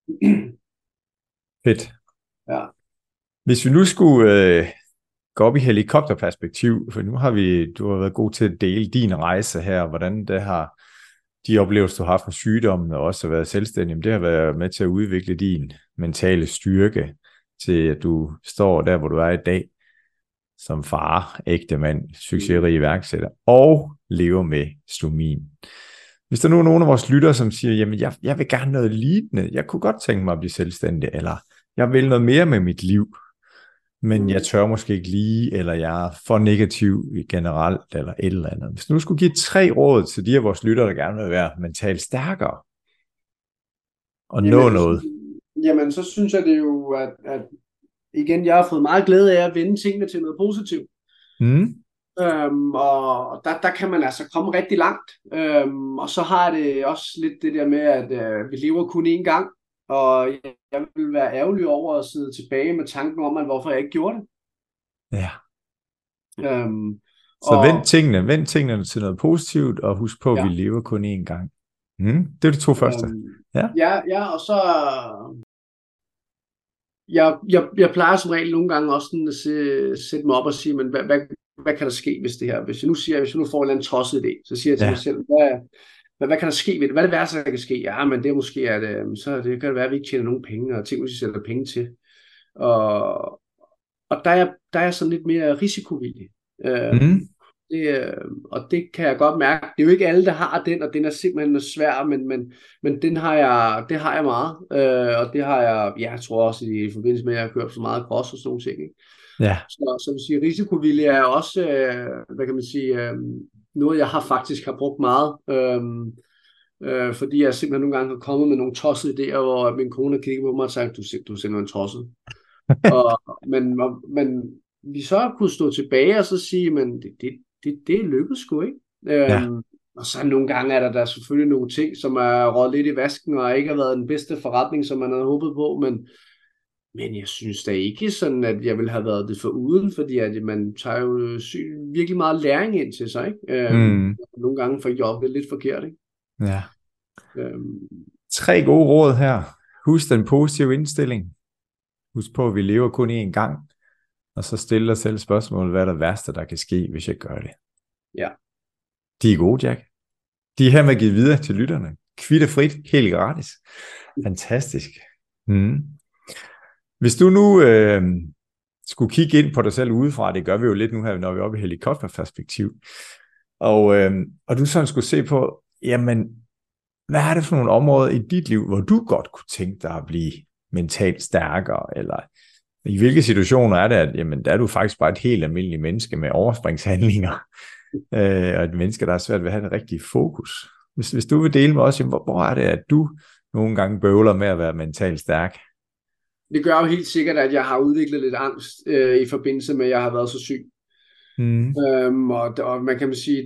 Fedt. Ja. Hvis vi nu skulle gå op i helikopterperspektiv, for nu du har været god til at dele din rejse her, hvordan det har, de oplevelser, du har haft med sygdommen, og også har været selvstændig, det har været med til at udvikle din mentale styrke, til at du står der, hvor du er i dag, som far, ægtemand, succesrig iværksætter, og lever med stomin. Hvis der nu er nogen af vores lyttere, som siger, jamen jeg vil gerne noget lignende, jeg kunne godt tænke mig at blive selvstændig, eller jeg vil noget mere med mit liv, men jeg tør måske ikke lige, eller jeg er for negativ generelt, eller et eller andet. Hvis du nu skulle give 3 råd til de af vores lyttere, der gerne vil være mentalt stærkere, og nå noget. Jamen, så synes jeg det jo, at igen, jeg har fået meget glæde af at vende tingene til noget positivt. Og der kan man altså komme rigtig langt. Og så har det også lidt det der med, at vi lever kun én gang. Og jeg vil være ærgerlig over at sidde tilbage med tanken om, at hvorfor jeg ikke gjorde det. Ja. Så vend tingene til noget positivt, og husk på, at vi lever kun én gang. Det er de 2 første. Ja, og så... Jeg plejer som regel nogle gange også sådan at sætte mig op og sige, men hvad kan der ske, hvis det her? Hvis jeg nu får en eller anden tosset idé, så siger jeg til mig selv, hvad kan der ske ved det? Hvad er det værste, der kan ske? Ja, men det er måske, at så det kan det være, at vi ikke tjener nogen penge, og ting, hvis vi sætter penge til. Og der er jeg sådan lidt mere risikovillig. Og det kan jeg godt mærke. Det er jo ikke alle, der har den, og den er simpelthen svær, men det har jeg meget. Og det har jeg tror også i forbindelse med, at jeg har kørt så meget cross og sådan nogle ting. Ikke? Ja. Så som siger, risikovillig er også, hvad kan man sige, noget jeg faktisk har brugt meget. Fordi jeg simpelthen nogle gange har kommet med nogle tossede idéer, hvor min kone har kigget på mig og sagt, du er simpelthen tosset. Men vi så kunne stå tilbage og så sige, men det lykkedes sgu ikke. Og så nogle gange er der selvfølgelig nogle ting, som er røget lidt i vasken, og ikke har været den bedste forretning, som man havde håbet på, Men jeg synes da ikke sådan, at jeg ville have været det for uden, fordi at man tager jo virkelig meget læring ind til sig, ikke? Mm. Nogle gange får jeg det lidt forkert, ikke? Ja. Øhm, 3 gode råd her. Husk den positive indstilling. Husk på, at vi lever kun én gang. Og så stille dig selv spørgsmålet, hvad er det værste, der kan ske, hvis jeg gør det? ja. De er gode, Jack. De er hermed givet videre til lytterne. Kvitterfrit, helt gratis. Fantastisk. Mm. Hvis du nu skulle kigge ind på dig selv udefra, det gør vi jo lidt nu her, når vi er oppe i helikopterperspektiv, og du sådan skulle se på, jamen, hvad er det for nogle områder i dit liv, hvor du godt kunne tænke dig at blive mentalt stærkere, eller i hvilke situationer er det, at jamen, der er du faktisk bare et helt almindeligt menneske med overspringshandlinger, og et menneske, der er svært ved at have det rigtige fokus. Hvis du vil dele med os, jamen, hvor er det, at du nogle gange bøvler med at være mentalt stærk? Det gør jo helt sikkert, at jeg har udviklet lidt angst i forbindelse med, at jeg har været så syg. Og man kan sige,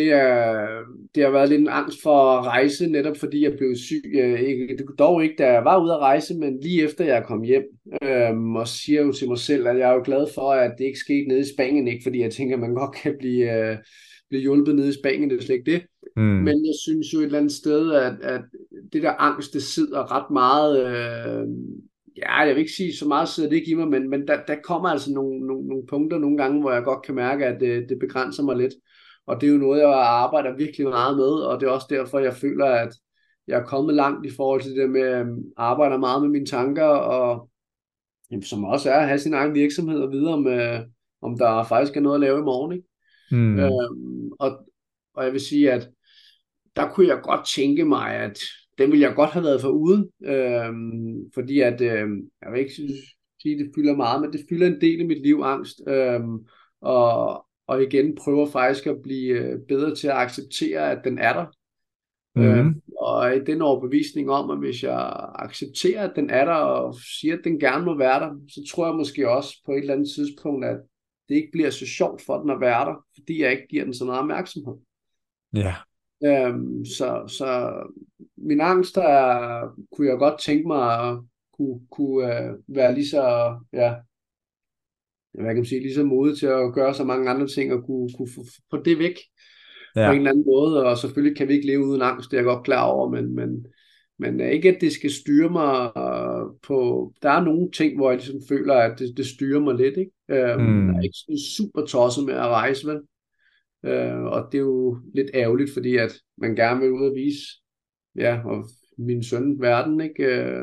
det har været lidt en angst for at rejse, netop fordi jeg blev syg. Dog ikke, da jeg var ude at rejse, men lige efter jeg kom hjem, og siger jo til mig selv, at jeg er jo glad for, at det ikke skete nede i Spanien, ikke fordi jeg tænker, at man godt kan blive hjulpet nede i Spanien, det er slet ikke det. Men jeg synes jo et eller andet sted, at det der angst, det sidder ret meget. Jeg vil ikke sige så meget sidder det ikke i mig, men der kommer altså nogle punkter nogle gange, hvor jeg godt kan mærke, at det begrænser mig lidt. Og det er jo noget, jeg arbejder virkelig meget med, og det er også derfor, jeg føler, at jeg er kommet langt i forhold til det med, at arbejde meget med mine tanker, og som også er at have sin egen virksomhed og videre med, om der faktisk er noget at lave i morgen. Ikke? Og jeg vil sige, at der kunne jeg godt tænke mig, at den ville jeg godt have været foruden, fordi at, jeg vil ikke sige, at det fylder meget, men det fylder en del i mit liv, angst, og igen prøver faktisk at blive bedre til at acceptere, at den er der. Og i den overbevisning om, at hvis jeg accepterer, at den er der, og siger, at den gerne må være der, så tror jeg måske også på et eller andet tidspunkt, at det ikke bliver så sjovt for den at være der, fordi jeg ikke giver den så meget opmærksomhed. Ja. Så min angst kunne jeg godt tænke mig at kunne være lige så, hvad kan man sige, lige så modig til at gøre så mange andre ting, og kunne få det væk på en eller anden måde, og selvfølgelig kan vi ikke leve uden angst, det er jeg godt klar over, men ikke at det skal styre mig på, der er nogle ting, hvor jeg ligesom føler, at det styrer mig lidt, ikke? Jeg er ikke sådan super tosset med at rejse, vel? Og det er jo lidt ærgerligt, fordi at man gerne vil ud og vise og min søn verden, ikke?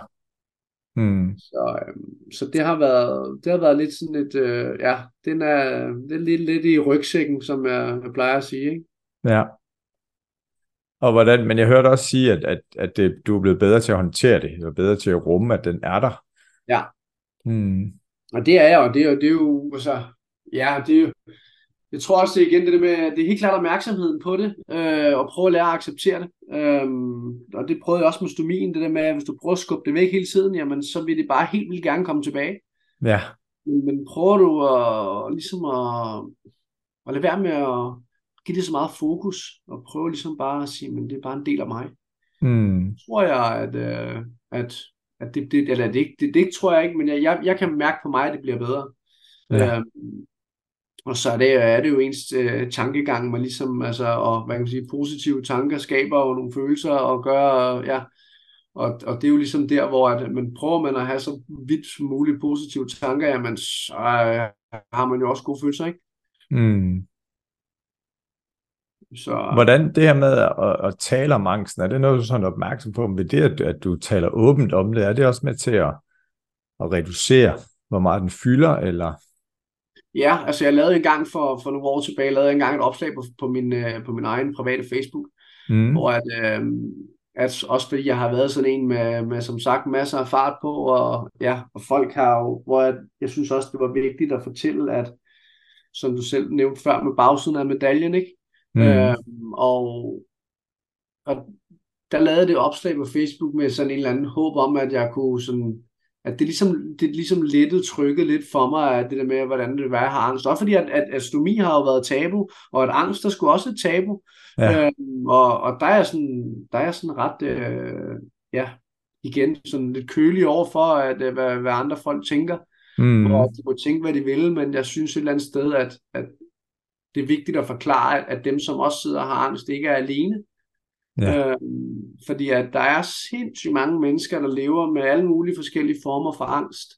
Så det har været lidt sådan et det er lidt i rygsækken, som jeg plejer at sige, ikke? Ja. Og hvordan, men jeg hørte også sige, at du er blevet bedre til at håndtere det, og bedre til at rumme, at den er der. Ja. Og det er jeg, og det er jo altså, det er jo, jeg tror også, det er igen det med, det er helt klart opmærksomheden på det, og prøve at lære at acceptere det. Og det prøvede jeg også med stomien, det der med, at hvis du prøver at skubbe det væk hele tiden, jamen så vil det bare helt vildt gerne komme tilbage. Ja. Men prøver du ligesom at lade være med at give det så meget fokus, og prøve ligesom bare at sige, men det er bare en del af mig. Så tror jeg, at det tror jeg ikke, men jeg kan mærke på mig, at det bliver bedre. Ja. Og så er det jo ens tankegang, man ligesom, altså, og hvad kan man sige, positive tanker skaber jo nogle følelser og gør, og det er jo ligesom der, hvor man prøver at have så vidt som muligt positive tanker, jamen så har man jo også gode følelser, ikke? Så... Hvordan det her med at tale om angsten, er det noget, du er sådan opmærksom på, ved det, at du taler åbent om det, er det også med til at reducere, hvor meget den fylder, eller... Ja, altså jeg lavede engang for nogle år tilbage, et opslag på min egen private Facebook, hvor at også fordi jeg har været sådan en med som sagt masser af fart på, og folk har jo, hvor jeg synes også, det var vigtigt at fortælle, at som du selv nævnte før med bagsiden af medaljen, ikke? Og der lavede det opslag på Facebook med sådan en eller anden håb om, at jeg kunne sådan, at det ligesom lettede trykket lidt for mig, at det der med, hvordan det var, jeg har angst. Også fordi, at stomi har jo været tabu, og at angst, der skulle også et tabu. Ja. Og der er jeg sådan ret, igen sådan lidt kølig over for, hvad andre folk tænker, hvor Mm. de må tænke, hvad de vil, men jeg synes et eller andet sted, at det er vigtigt at forklare, at dem, som også sidder og har angst, ikke er alene. Ja. Fordi at der er sindssygt mange mennesker, der lever med alle mulige forskellige former for angst.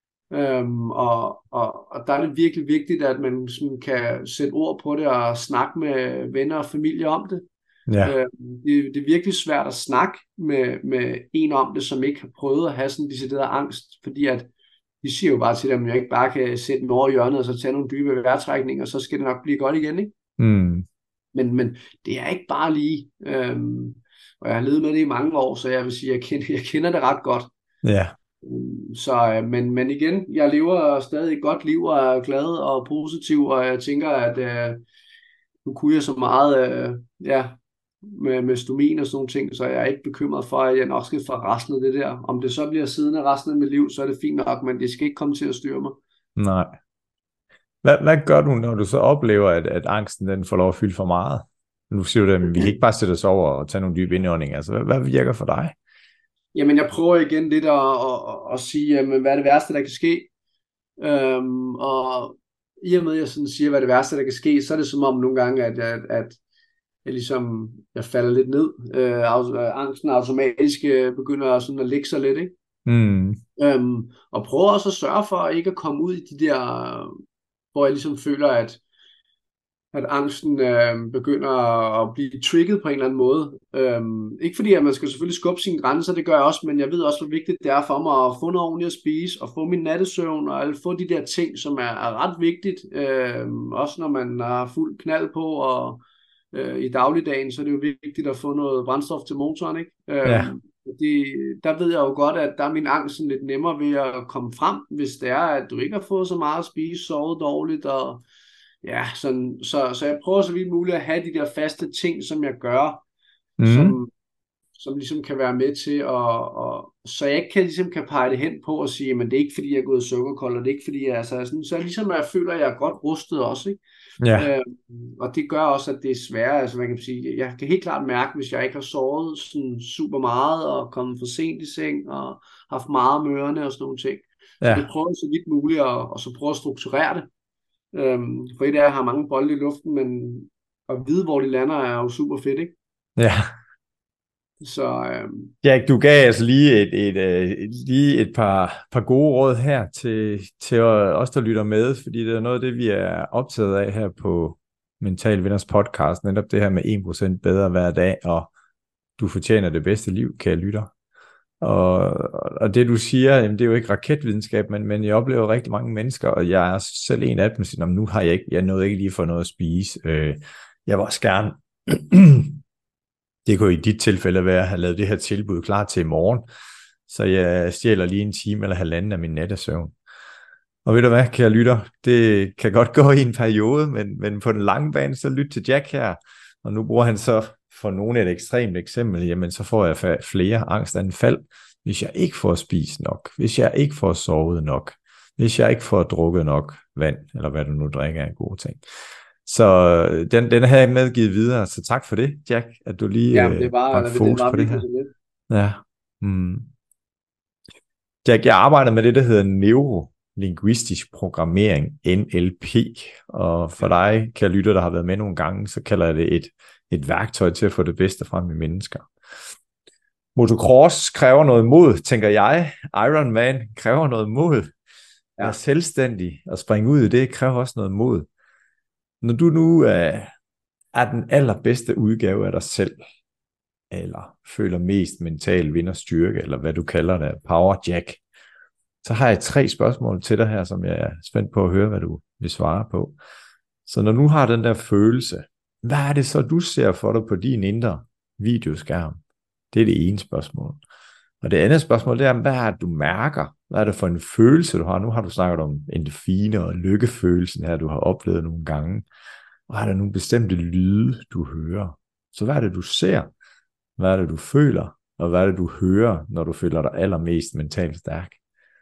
Og der er det virkelig vigtigt, at man sådan kan sætte ord på det og snakke med venner og familie om det. Ja. Det er virkelig svært at snakke med en om det, som ikke har prøvet at have sådan en decideret angst, fordi at de siger jo bare til dem, at jeg ikke bare kan sætte den over i hjørnet og så tage nogle dybe vejrtrækninger, og så skal det nok blive godt igen, ikke? Mm. Men det er ikke bare lige. Og jeg har levet med det i mange år, så jeg vil sige, at jeg kender det ret godt. Ja. Men igen, jeg lever stadig et godt liv og er glad og positiv, og jeg tænker, at nu kunne jeg så meget med stomin og sådan nogle ting, så jeg er ikke bekymret for, at jeg nok skal få resten det der. Om det så bliver siddende resten af mit liv, så er det fint nok, men det skal ikke komme til at styre mig. Nej. Hvad gør du, når du så oplever, at angsten den får lov at fylde for meget? Nu siger du det, men vi kan ikke bare sætte os over og tage nogle dybe indåndinger. Altså, hvad virker for dig? Jamen, jeg prøver igen lidt at sige, jamen, hvad er det værste, der kan ske? Og i og med, at jeg sådan siger, hvad er det værste, der kan ske, så er det som om nogle gange, at jeg ligesom, jeg falder lidt ned. Angsten automatisk begynder sådan at lægge sig lidt, ikke? Mm. Og prøver også at sørge for ikke at komme ud i de der, hvor jeg ligesom føler, at angsten begynder at blive trigget på en eller anden måde. Ikke fordi, at man skal selvfølgelig skubbe sine grænser, det gør jeg også, men jeg ved også, hvor vigtigt det er for mig at få noget ordentligt at spise, og få min nattesøvn, og få de der ting, som er ret vigtigt. Også når man har fuld knald på, og i dagligdagen, så er det jo vigtigt at få noget brændstof til motoren, ikke? Ja. Der ved jeg jo godt, at der er min angst sådan lidt nemmere ved at komme frem, hvis det er, at du ikke har fået så meget at spise, sovet dårligt, og ja, så jeg prøver så vidt muligt at have de der faste ting, som jeg gør, Mm. som ligesom kan være med til så jeg ikke ligesom kan pege det hen på og sige, men det er ikke fordi, jeg er gået sukkerkold, og det er ikke fordi, så ligesom jeg føler, at jeg er godt rustet også, ikke? Ja. Og det gør også, at det er sværere, altså man kan sige, jeg kan helt klart mærke, hvis jeg ikke har sovet sådan super meget, og kommet for sent i seng, og haft meget om ørerne og sådan nogle ting. Så det Ja. prøver jeg så vidt muligt, og så prøve at strukturere det. For et af jer har mange bolde i luften, men at vide, hvor de lander, er jo super fedt, ikke? Ja. Så Jack, du gav altså lige et par gode råd her til os, der lytter med, fordi det er noget af det, vi er optaget af her på Mental Vinders podcast, netop det her med 1% bedre hver dag, og du fortjener det bedste liv, kære lytter. Og det du siger, jamen, det er jo ikke raketvidenskab, men jeg oplever rigtig mange mennesker, og jeg er selv en af dem, der siger, nu har jeg nåede ikke lige for noget at spise. Jeg vil også gerne, det kunne i dit tilfælde være at have lavet det her tilbud klar til i morgen, så jeg stjæler lige en time eller halvanden af min nattesøvn. Og ved du hvad, kære lytter, det kan godt gå i en periode, men på den lange bane, så lyt til Jack her, og nu bruger han så for nogle et ekstremt eksempel, jamen så får jeg flere angstanfald, hvis jeg ikke får spist nok, hvis jeg ikke får sovet nok, hvis jeg ikke får drukket nok vand, eller hvad du nu drikker af gode ting. Så den har jeg medgivet videre, så tak for det, Jack, at du lige det var fokus på det her. så lidt. Ja. Jack, jeg arbejder med det, der hedder neurolingvistisk programmering, NLP, og for dig, kære lytter, der har været med nogle gange, så kalder jeg det et værktøj til at få det bedste frem i mennesker. Motocross kræver noget mod, tænker jeg. Ironman kræver noget mod. At være selvstændig og springe ud i det, kræver også noget mod. Når du nu er den allerbedste udgave af dig selv, eller føler mest mental vinderstyrke, eller hvad du kalder det, Power Jack, så har jeg 3 spørgsmål til dig her, som jeg er spændt på at høre, hvad du vil svare på. Så når du har den der følelse, hvad er det så, du ser for dig på din indre videoskærm? Det er det ene spørgsmål. Og det andet spørgsmål, det er, hvad er det, du mærker? Hvad er det for en følelse, du har? Nu har du snakket om endorfiner og lykkefølelsen her, du har oplevet nogle gange. Og er der nogle bestemte lyde, du hører? Så hvad er det, du ser? Hvad er det, du føler? Og hvad er det, du hører, når du føler dig allermest mentalt stærk?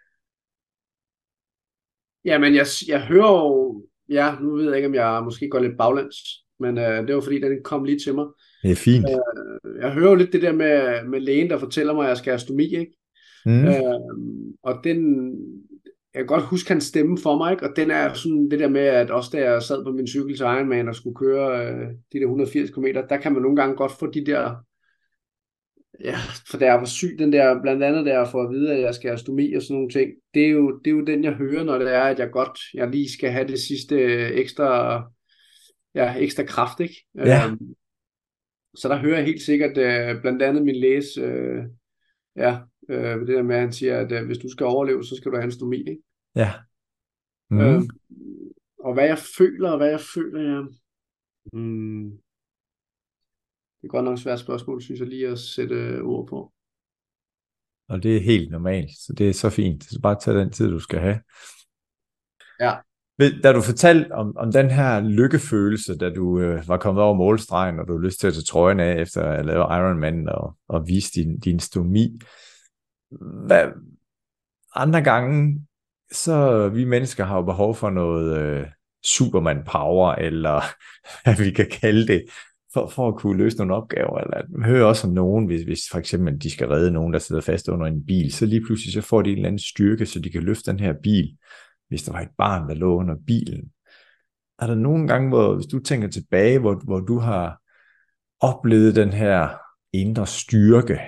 Jamen, jeg hører jo, nu ved jeg ikke, om jeg måske går lidt baglæns, men det var fordi, den kom lige til mig. Det er fint. Jeg hører jo lidt det der med lægen, der fortæller mig, at jeg skal have stomi, ikke? Mm. Og jeg kan godt huske hans stemme for mig, ikke? Og den er sådan det der med, at også da jeg sad på min cykel til Ironman og skulle køre de der 180 km, der kan man nogle gange godt få de der, ja, for da jeg var syg, den der, blandt andet der for at vide, at jeg skal have stomi og sådan nogle ting, det er jo den, jeg hører, når det er, at jeg lige skal have det sidste ekstra kraft, ikke? Ja. Så der hører jeg helt sikkert blandt andet min læge, det der med, at han siger, at hvis du skal overleve, så skal du have en stomi, ikke? Ja. Mm. Og hvad jeg føler, ja. Det er godt nok et svært spørgsmål, synes jeg lige at sætte ord på. Og det er helt normalt, så det er så fint. Så bare tag den tid, du skal have. Ja. Da du fortalte om den her lykkefølelse, da du var kommet over målstregen, og du havde lyst til at tage trøjen af, efter at lave Ironman og vise din stomi. Hvad andre gange, så vi mennesker har jo behov for noget Superman power, eller hvad vi kan kalde det, for at kunne løse nogle opgaver. Eller man hører også om nogen, hvis for eksempel de skal redde nogen, der sidder fast under en bil, så lige pludselig så får de en eller anden styrke, så de kan løfte den her bil, hvis der var et barn, der lå under bilen. Er der nogle gange, hvis du tænker tilbage, hvor du har oplevet den her indre styrke,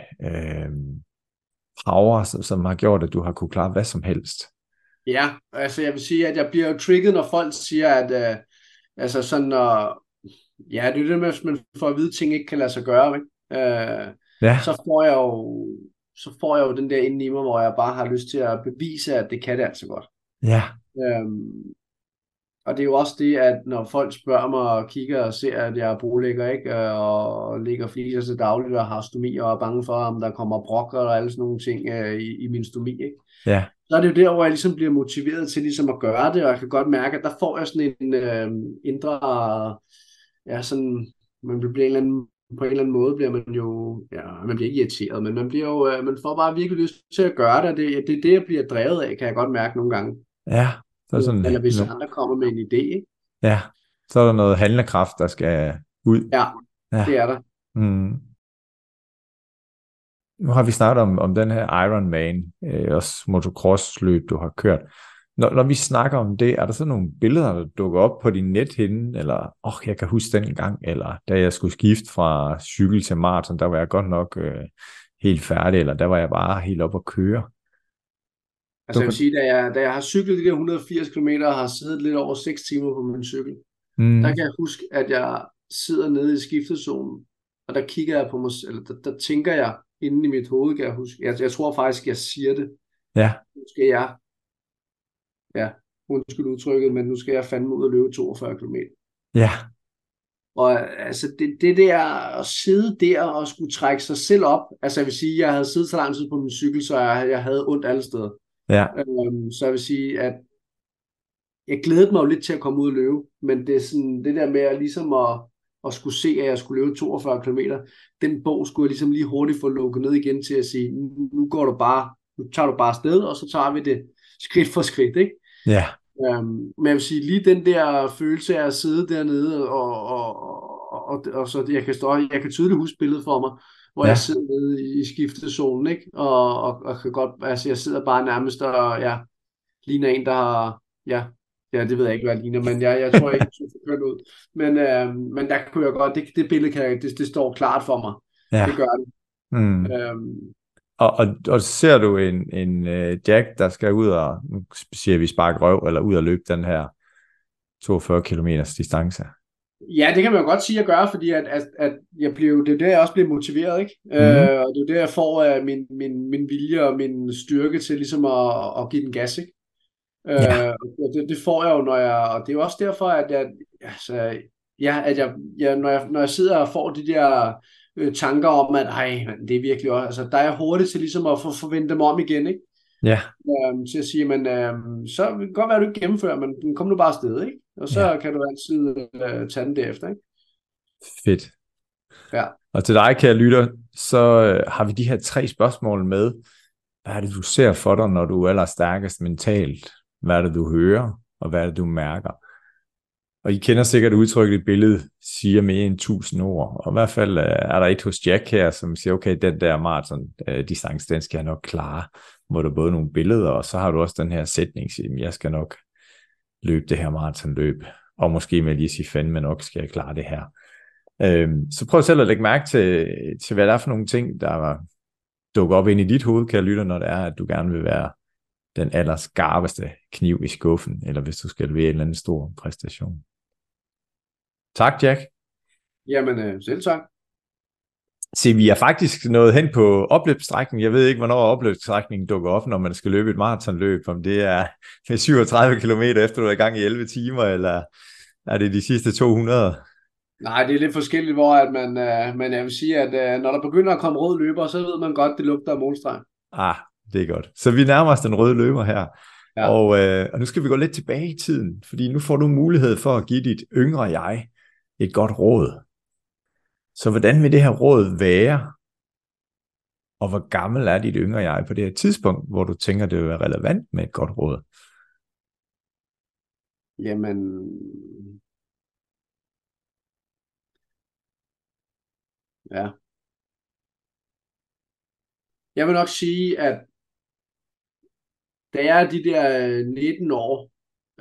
power, som har gjort, at du har kunne klare hvad som helst? Ja, altså jeg vil sige, at jeg bliver jo trigget, når folk siger, at altså sådan, ja, det er det med, at man får at vide, at ting ikke kan lade sig gøre, ikke? Ja. Så får jeg jo den der inde i mig, hvor jeg bare har lyst til at bevise, at det kan det altså godt. Ja. Og det er jo også det, at når folk spørger mig og kigger og ser, at jeg er brolægger, ikke, og ligger fiser til dagligt og har stomi og er bange for, om der kommer brokker og alle sådan nogle ting i min stomi, ikke? Ja. Så er det jo der, hvor jeg ligesom bliver motiveret til ligesom at gøre det, og jeg kan godt mærke, at der får jeg sådan en indre, ja, sådan, man bliver på en eller anden måde bliver man jo, ja, man bliver ikke irriteret, men man bliver jo, man får bare virkelig lyst til at gøre det, og det er det, jeg bliver drevet af, kan jeg godt mærke nogle gange. Ja. Så sådan, eller hvis andre kommer med en idé, ikke? Ja, så er der noget handlekraft, der skal ud. Ja, det er der. Nu har vi snakket om den her Ironman, også motocross-løb, du har kørt. Når vi snakker om det, er der så nogle billeder, der dukker op på din nethinde, eller jeg kan huske den gang, eller da jeg skulle skifte fra cykel til maraton, der var jeg godt nok helt færdig, eller der var jeg bare helt op at køre. Altså jeg vil sige, da jeg har cyklet de der 180 km og har siddet lidt over 6 timer på min cykel, der kan jeg huske, at jeg sidder nede i skiftezonen, og der kigger jeg på mig, eller der tænker jeg inde i mit hoved, kan jeg huske. Jeg tror faktisk, jeg siger det. Ja. Nu skal jeg, undskyld udtrykket, men nu skal jeg fandme ud og løbe 42 km. Ja. Og altså det der at sidde der og skulle trække sig selv op, altså jeg vil sige, jeg havde siddet så lang tid på min cykel, så jeg havde ondt alle steder. Ja. Så jeg vil sige, at jeg glædede mig jo lidt til at komme ud og løbe, men det er sådan det der med at ligesom at skulle se, at jeg skulle løbe 42 km, den bog skulle jeg ligesom lige hurtigt få lukket ned igen til at sige, nu tager du bare afsted, og så tager vi det skridt for skridt, ikke? Ja. Men jeg vil sige, lige den der følelse af at sidde dernede, og så jeg kan tydeligt huske billedet for mig, hvor jeg sidder nede i skiftezonen, ikke? Og kan godt, altså jeg sidder bare nærmest og ligner en, der har, det ved jeg ikke, hvad jeg ligner, men jeg tror ikke, det ser kørt ud. Men der kunne jeg godt, det billede det står klart for mig. Ja. Det gør det. Og ser du en Jack, der skal ud og, nu siger vi sparke røv, eller ud og løbe den her 42 km distance? Ja, det kan man jo godt sige at gøre, fordi at det er der, jeg også bliver motiveret, ikke? Og det er der, jeg får min vilje og min styrke til ligesom at give den gas, ikke? Det får jeg jo, og det er jo også derfor, når jeg sidder og får de der tanker om, at det er virkelig også, altså der er jeg hurtigt til ligesom at forvente dem om igen, ikke? Ja. Til at sige, men så kan det godt være, at du ikke gennemfører, men kom nu bare afsted, ikke? Og så kan du altid tage den derefter, ikke? Fedt. Ja. Og til dig, kære lytter, så har vi de her 3 spørgsmål med. Hvad er det, du ser for dig, når du er allerstærkest mentalt? Hvad er det, du hører? Og hvad er det, du mærker? Og I kender sikkert udtrykket, et billede siger mere end 1000 ord. Og i hvert fald er der et hos Jack her, som siger, okay, den der maraton-distance, den skal jeg nok klare. Hvor der både nogle billeder, og så har du også den her sætning, siger, jeg skal nok løbe det her maratonløb. Og måske med lige sige, fandme nok skal jeg klare det her. Så prøv selv at lægge mærke til, hvad der er for nogle ting, der dukker op ind i dit hoved, kære lytter, når det er, at du gerne vil være den allerskarpeste kniv i skuffen, eller hvis du skal levere en eller anden stor præstation. Tak, Jack. Jamen, selv tak. Se, vi er faktisk nået hen på opløbsstrækningen. Jeg ved ikke, hvornår opløbsstrækningen dukker op, når man skal løbe et maratonløb. Om det er 37 km efter, du er i gang i 11 timer, eller er det de sidste 200? Nej, det er lidt forskelligt, hvor at men jeg vil sige, at når der begynder at komme røde løber, så ved man godt, det lugter af målstreg. Det er godt. Så vi nærmer os den røde løber her. Ja. Og nu skal vi gå lidt tilbage i tiden, fordi nu får du mulighed for at give dit yngre jeg et godt råd. Så hvordan vil det her råd være? Og hvor gammel er dit yngre jeg på det her tidspunkt, hvor du tænker, det vil være relevant med et godt råd? Jamen, ja. Jeg vil nok sige, at da jeg er de der 19 år,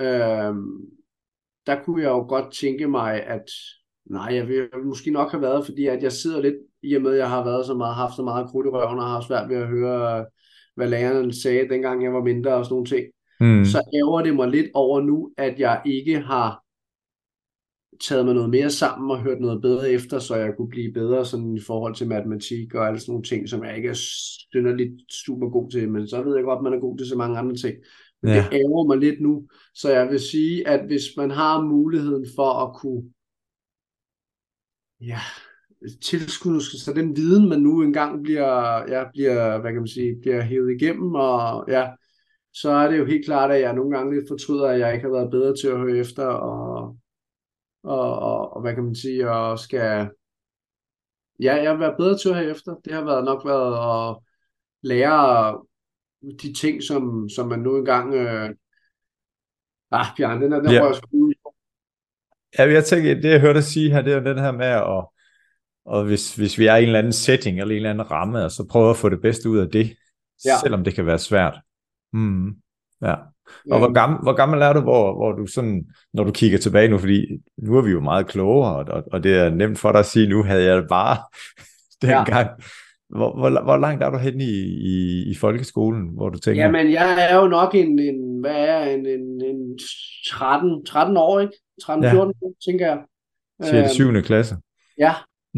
der kunne jeg jo godt tænke mig, at nej, jeg vil måske nok have været, fordi at jeg sidder lidt, i og med at jeg har været så meget, haft så meget krudt i røven, og har svært ved at høre, hvad lærerne sagde, dengang jeg var mindre og sådan nogle ting. Så ærger det mig lidt over nu, at jeg ikke har taget mig noget mere sammen og hørt noget bedre efter, så jeg kunne blive bedre sådan i forhold til matematik og alle sådan nogle ting, som jeg ikke er synderligt super god til, men så ved jeg godt, at man er god til så mange andre ting. Men det ærger mig lidt nu, så jeg vil sige, at hvis man har muligheden for at kunne tilskud, så den viden, man nu engang bliver, hvad kan man sige, bliver hævet igennem, og så er det jo helt klart, at jeg nogle gange lidt fortryder, at jeg ikke har været bedre til at høre efter, og hvad kan man sige, og skal, jeg har været bedre til at høre efter. Det har nok været at lære de ting, som man nu engang, Bjørn, den rører sgu ud. Ja, jeg tænker, det jeg hørte dig sige her, det er den her med og hvis vi er i en eller anden setting, eller en eller anden ramme, og så prøve at få det bedste ud af det, selvom det kan være svært. Ja. Og hvor gammel er du, hvor du sådan, når du kigger tilbage nu, fordi nu er vi jo meget klogere, og det er nemt for dig at sige, nu havde jeg det bare dengang. Hvor langt er du henne i folkeskolen, hvor du tænker? Jamen, jeg er jo nok en 13 år, ikke? 13-14 år, tænker jeg. 6. 7. klasse. Ja.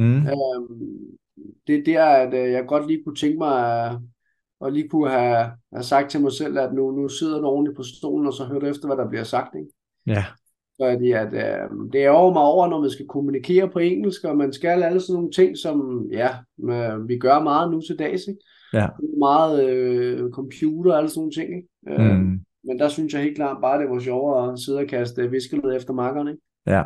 Det er der, at jeg godt lige kunne tænke mig og lige kunne have sagt til mig selv, at nu sidder du ordentligt på stolen, og så hører du efter, hvad der bliver sagt, ikke? Ja. Fordi at det er over mig over, når man skal kommunikere på engelsk, og man skal alle sådan nogle ting, som vi gør meget nu til dags, ikke? Ja. Meget computer og alle sådan nogle ting, ikke? Men der synes jeg helt klart bare, det var sjovere at sidde og kaste viskeled efter makkerne, ikke? Ja.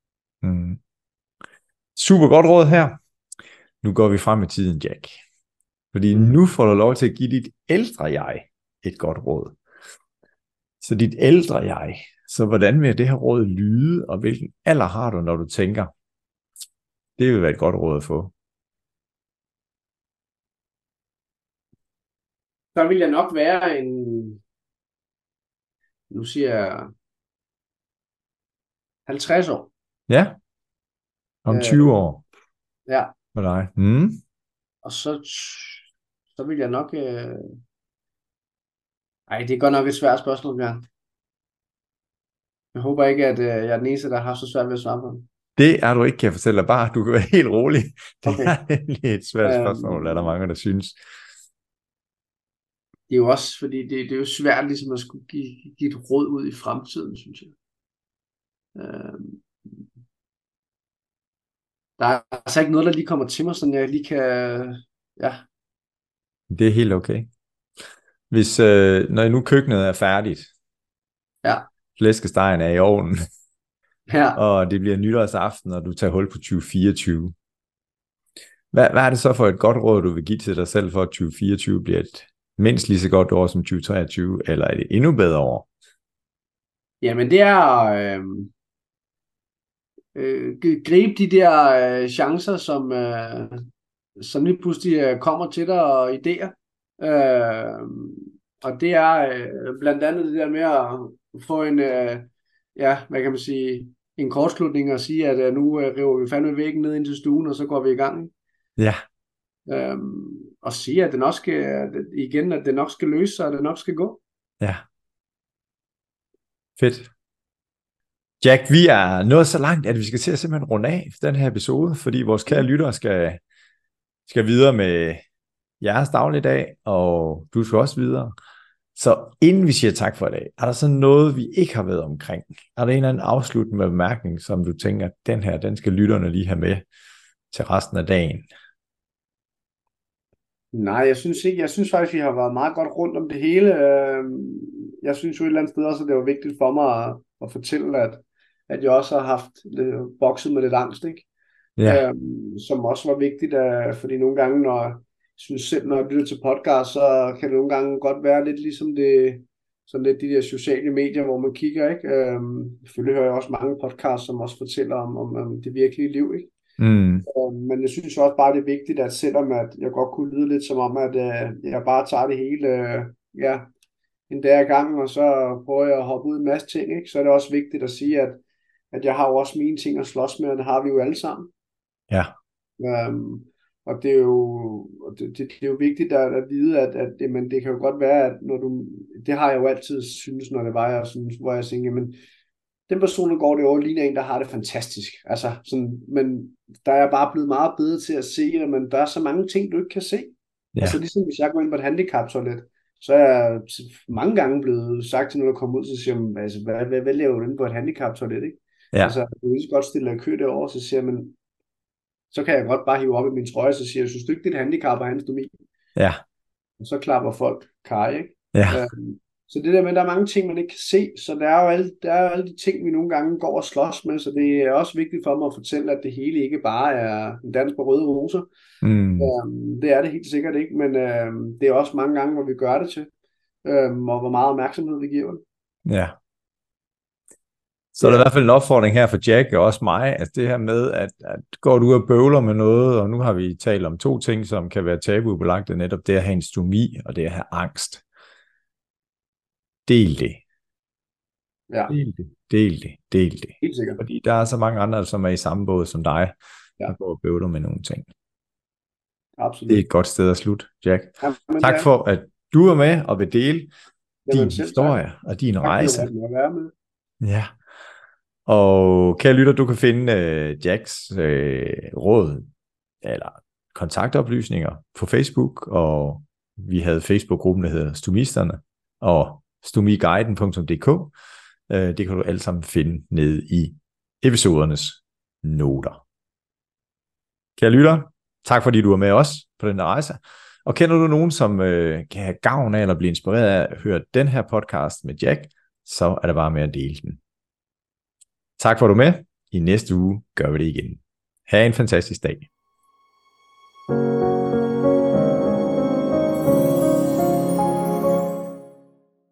Super godt råd her. Nu går vi frem i tiden, Jack. Fordi nu får du lov til at give dit ældre jeg et godt råd. Så dit ældre jeg, så hvordan vil det her råd lyde, og hvilken alder har du, når du tænker, det vil være et godt råd at få? Så vil jeg nok være nu siger jeg 50 år. Ja, om 20 år. Ja. For dig. Og så vil jeg nok... det er godt nok et svært spørgsmål, Bjørn. Jeg håber ikke, at jeg er den eneste, der har så svært ved at svare på det. Det er du ikke, kan jeg fortælle dig. Bare, du kan være helt rolig. Det er nemlig et svært spørgsmål, er der mange, der synes. Det er jo også, fordi det er jo svært ligesom at skulle give et råd ud i fremtiden, synes jeg. Der er altså ikke noget, der lige kommer til mig, sådan jeg lige kan... Det er helt okay. Hvis, når nu køkkenet er færdigt, flæskestegen er i ovnen, og det bliver nytårsaften, og du tager hul på 2024. Hvad er det så for et godt råd, du vil give til dig selv, for at 2024 bliver et mindst lige så godt år som 2023, eller er det endnu bedre år? Jamen det er... gribe de der chancer, som lige pludselig kommer til dig, og idéer. Og det er blandt andet det der med at få en, hvad kan man sige, en kortslutning og sige, at nu river vi fandme væggen ned ind til stuen, og så går vi i gang. Ja. Og sige, at det nok skal, igen, at det nok skal løse sig, og det nok skal gå. Ja. Fedt. Jack, vi er nået så langt, at vi skal til at simpelthen runde af den her episode, fordi vores kære lyttere skal videre med jeres dagligdag, og du skal også videre. Så inden vi siger tak for i dag, er der så noget, vi ikke har været omkring? Er der en eller anden afsluttende bemærkning, som du tænker, den skal lytterne lige have med til resten af dagen? Nej, jeg synes ikke. Jeg synes faktisk, vi har været meget godt rundt om det hele. Jeg synes jo et eller andet sted også, at det var vigtigt for mig at fortælle, at jeg også har haft bokset med lidt angst, ikke? Ja. Som også var vigtigt, fordi nogle gange, når jeg lytter til podcast, så kan det nogle gange godt være lidt ligesom sådan lidt de der sociale medier, hvor man kigger, ikke? Selvfølgelig hører jeg også mange podcasts, som også fortæller om det virkelige liv, ikke? Men jeg synes også bare, det er vigtigt, at selvom at jeg godt kunne lyde lidt som om, at jeg bare tager det hele en dag ad gangen, og så prøver jeg at hoppe ud en masse ting, ikke? Så er det også vigtigt at sige, at jeg har jo også mine ting at slås med, og det har vi jo alle sammen. Ja. Og det er jo vigtigt at vide, at det kan jo godt være, at det har jeg jo altid synes, når det var jeg synes, hvor jeg tænker, men den person, der går det over, ligner en, der har det fantastisk. Altså, sådan, men der er jeg bare blevet meget bedre til at se det, men der er så mange ting, du ikke kan se. Ja. Altså ligesom hvis jeg går ind på et handicaptoilet, så er jeg mange gange blevet sagt til nogen, der kommer ud, så siger man, altså, hvad laver du inde på et handicaptoilet, ikke? Ja. Altså, du kan lige så godt stille dig i kø derovre, så siger man, så kan jeg godt bare hive op i min trøje, så siger jeg, synes du ikke, dit handicap er hans stomi? Ja. Og så klapper folk kaj, ikke? Ja. Så det der med, at der er mange ting, man ikke kan se, så der er jo alle de ting, vi nogle gange går og slås med, så det er også vigtigt for mig at fortælle, at det hele ikke bare er en dans på røde roser. Det er det helt sikkert ikke, men det er også mange gange, hvor vi gør det til, og hvor meget opmærksomhed vi giver det. Ja. Så er der i hvert fald en opfordring her for Jack og også mig, at det her med, at går du ud og bøvler med noget, og nu har vi talt om 2 ting, som kan være tabubelagt, det netop det at have en stomi, og det at have angst. Del det. Ja. Del det. Helt sikkert. Fordi der er så mange andre, som er i samme båd som dig, der går og bøvler med nogle ting. Absolut. Det er et godt sted at slutte, Jack. Ja, tak for, at du er med og vil dele din historie og din rejse. Ja. Og kære lytter, du kan finde Jacks råd eller kontaktoplysninger på Facebook, og vi havde Facebook-gruppen, der hedder Stomisterne, og stomiguiden.dk. Det kan du alle sammen finde nede i episodernes noter. Kære lytter, tak fordi du er med os på den rejse. Og kender du nogen, som kan have gavn af eller blive inspireret af at høre den her podcast med Jack, så er det bare med at dele den. Tak for at du er med. I næste uge gør vi det igen. Ha' en fantastisk dag.